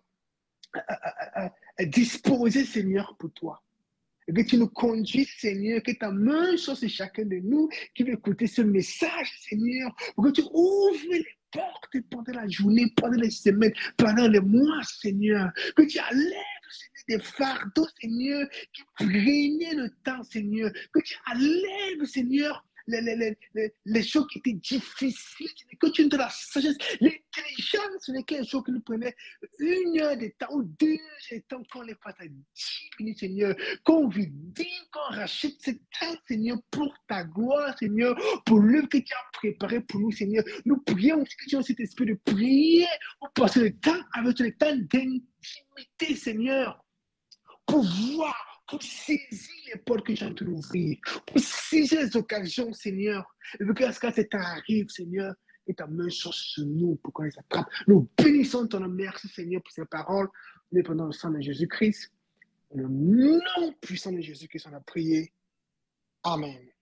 À, à, à disposer, Seigneur, pour toi. Et que tu nous conduises, Seigneur, que ta main soit sur chacun de nous qui veut écouter ce message, Seigneur, pour que tu ouvres les portes pendant la journée, pendant les semaines, pendant les mois, Seigneur. Que tu enlèves, Seigneur, des fardeaux, Seigneur, qui régnaient le temps, Seigneur. Que tu enlèves, Seigneur, Les, les, les, les choses qui étaient difficiles, que tu nous donnes la sagesse, l'intelligence sur lesquelles les choses qui nous prenaient une heure de temps ou deux heures de temps, qu'on les fasse à dix minutes, Seigneur, qu'on vive, qu'on rachète ce temps, Seigneur, pour ta gloire, Seigneur, pour l'œuvre que tu as préparée pour nous, Seigneur. Nous prions aussi que tu aies cet esprit de prière pour passer le temps avec le temps d'intimité, Seigneur, pour voir, pour saisir les portes que tu es en train d'ouvrir, pour saisir les occasions, Seigneur. Et que lorsque ce temps arrive, Seigneur, et ta main soit sur nous pour qu'on les attrape. Nous bénissons ton nom. Merci, Seigneur, pour ces paroles. Nous prenons le sang de Jésus-Christ. Le nom puissant de Jésus-Christ, on a prié. Amen.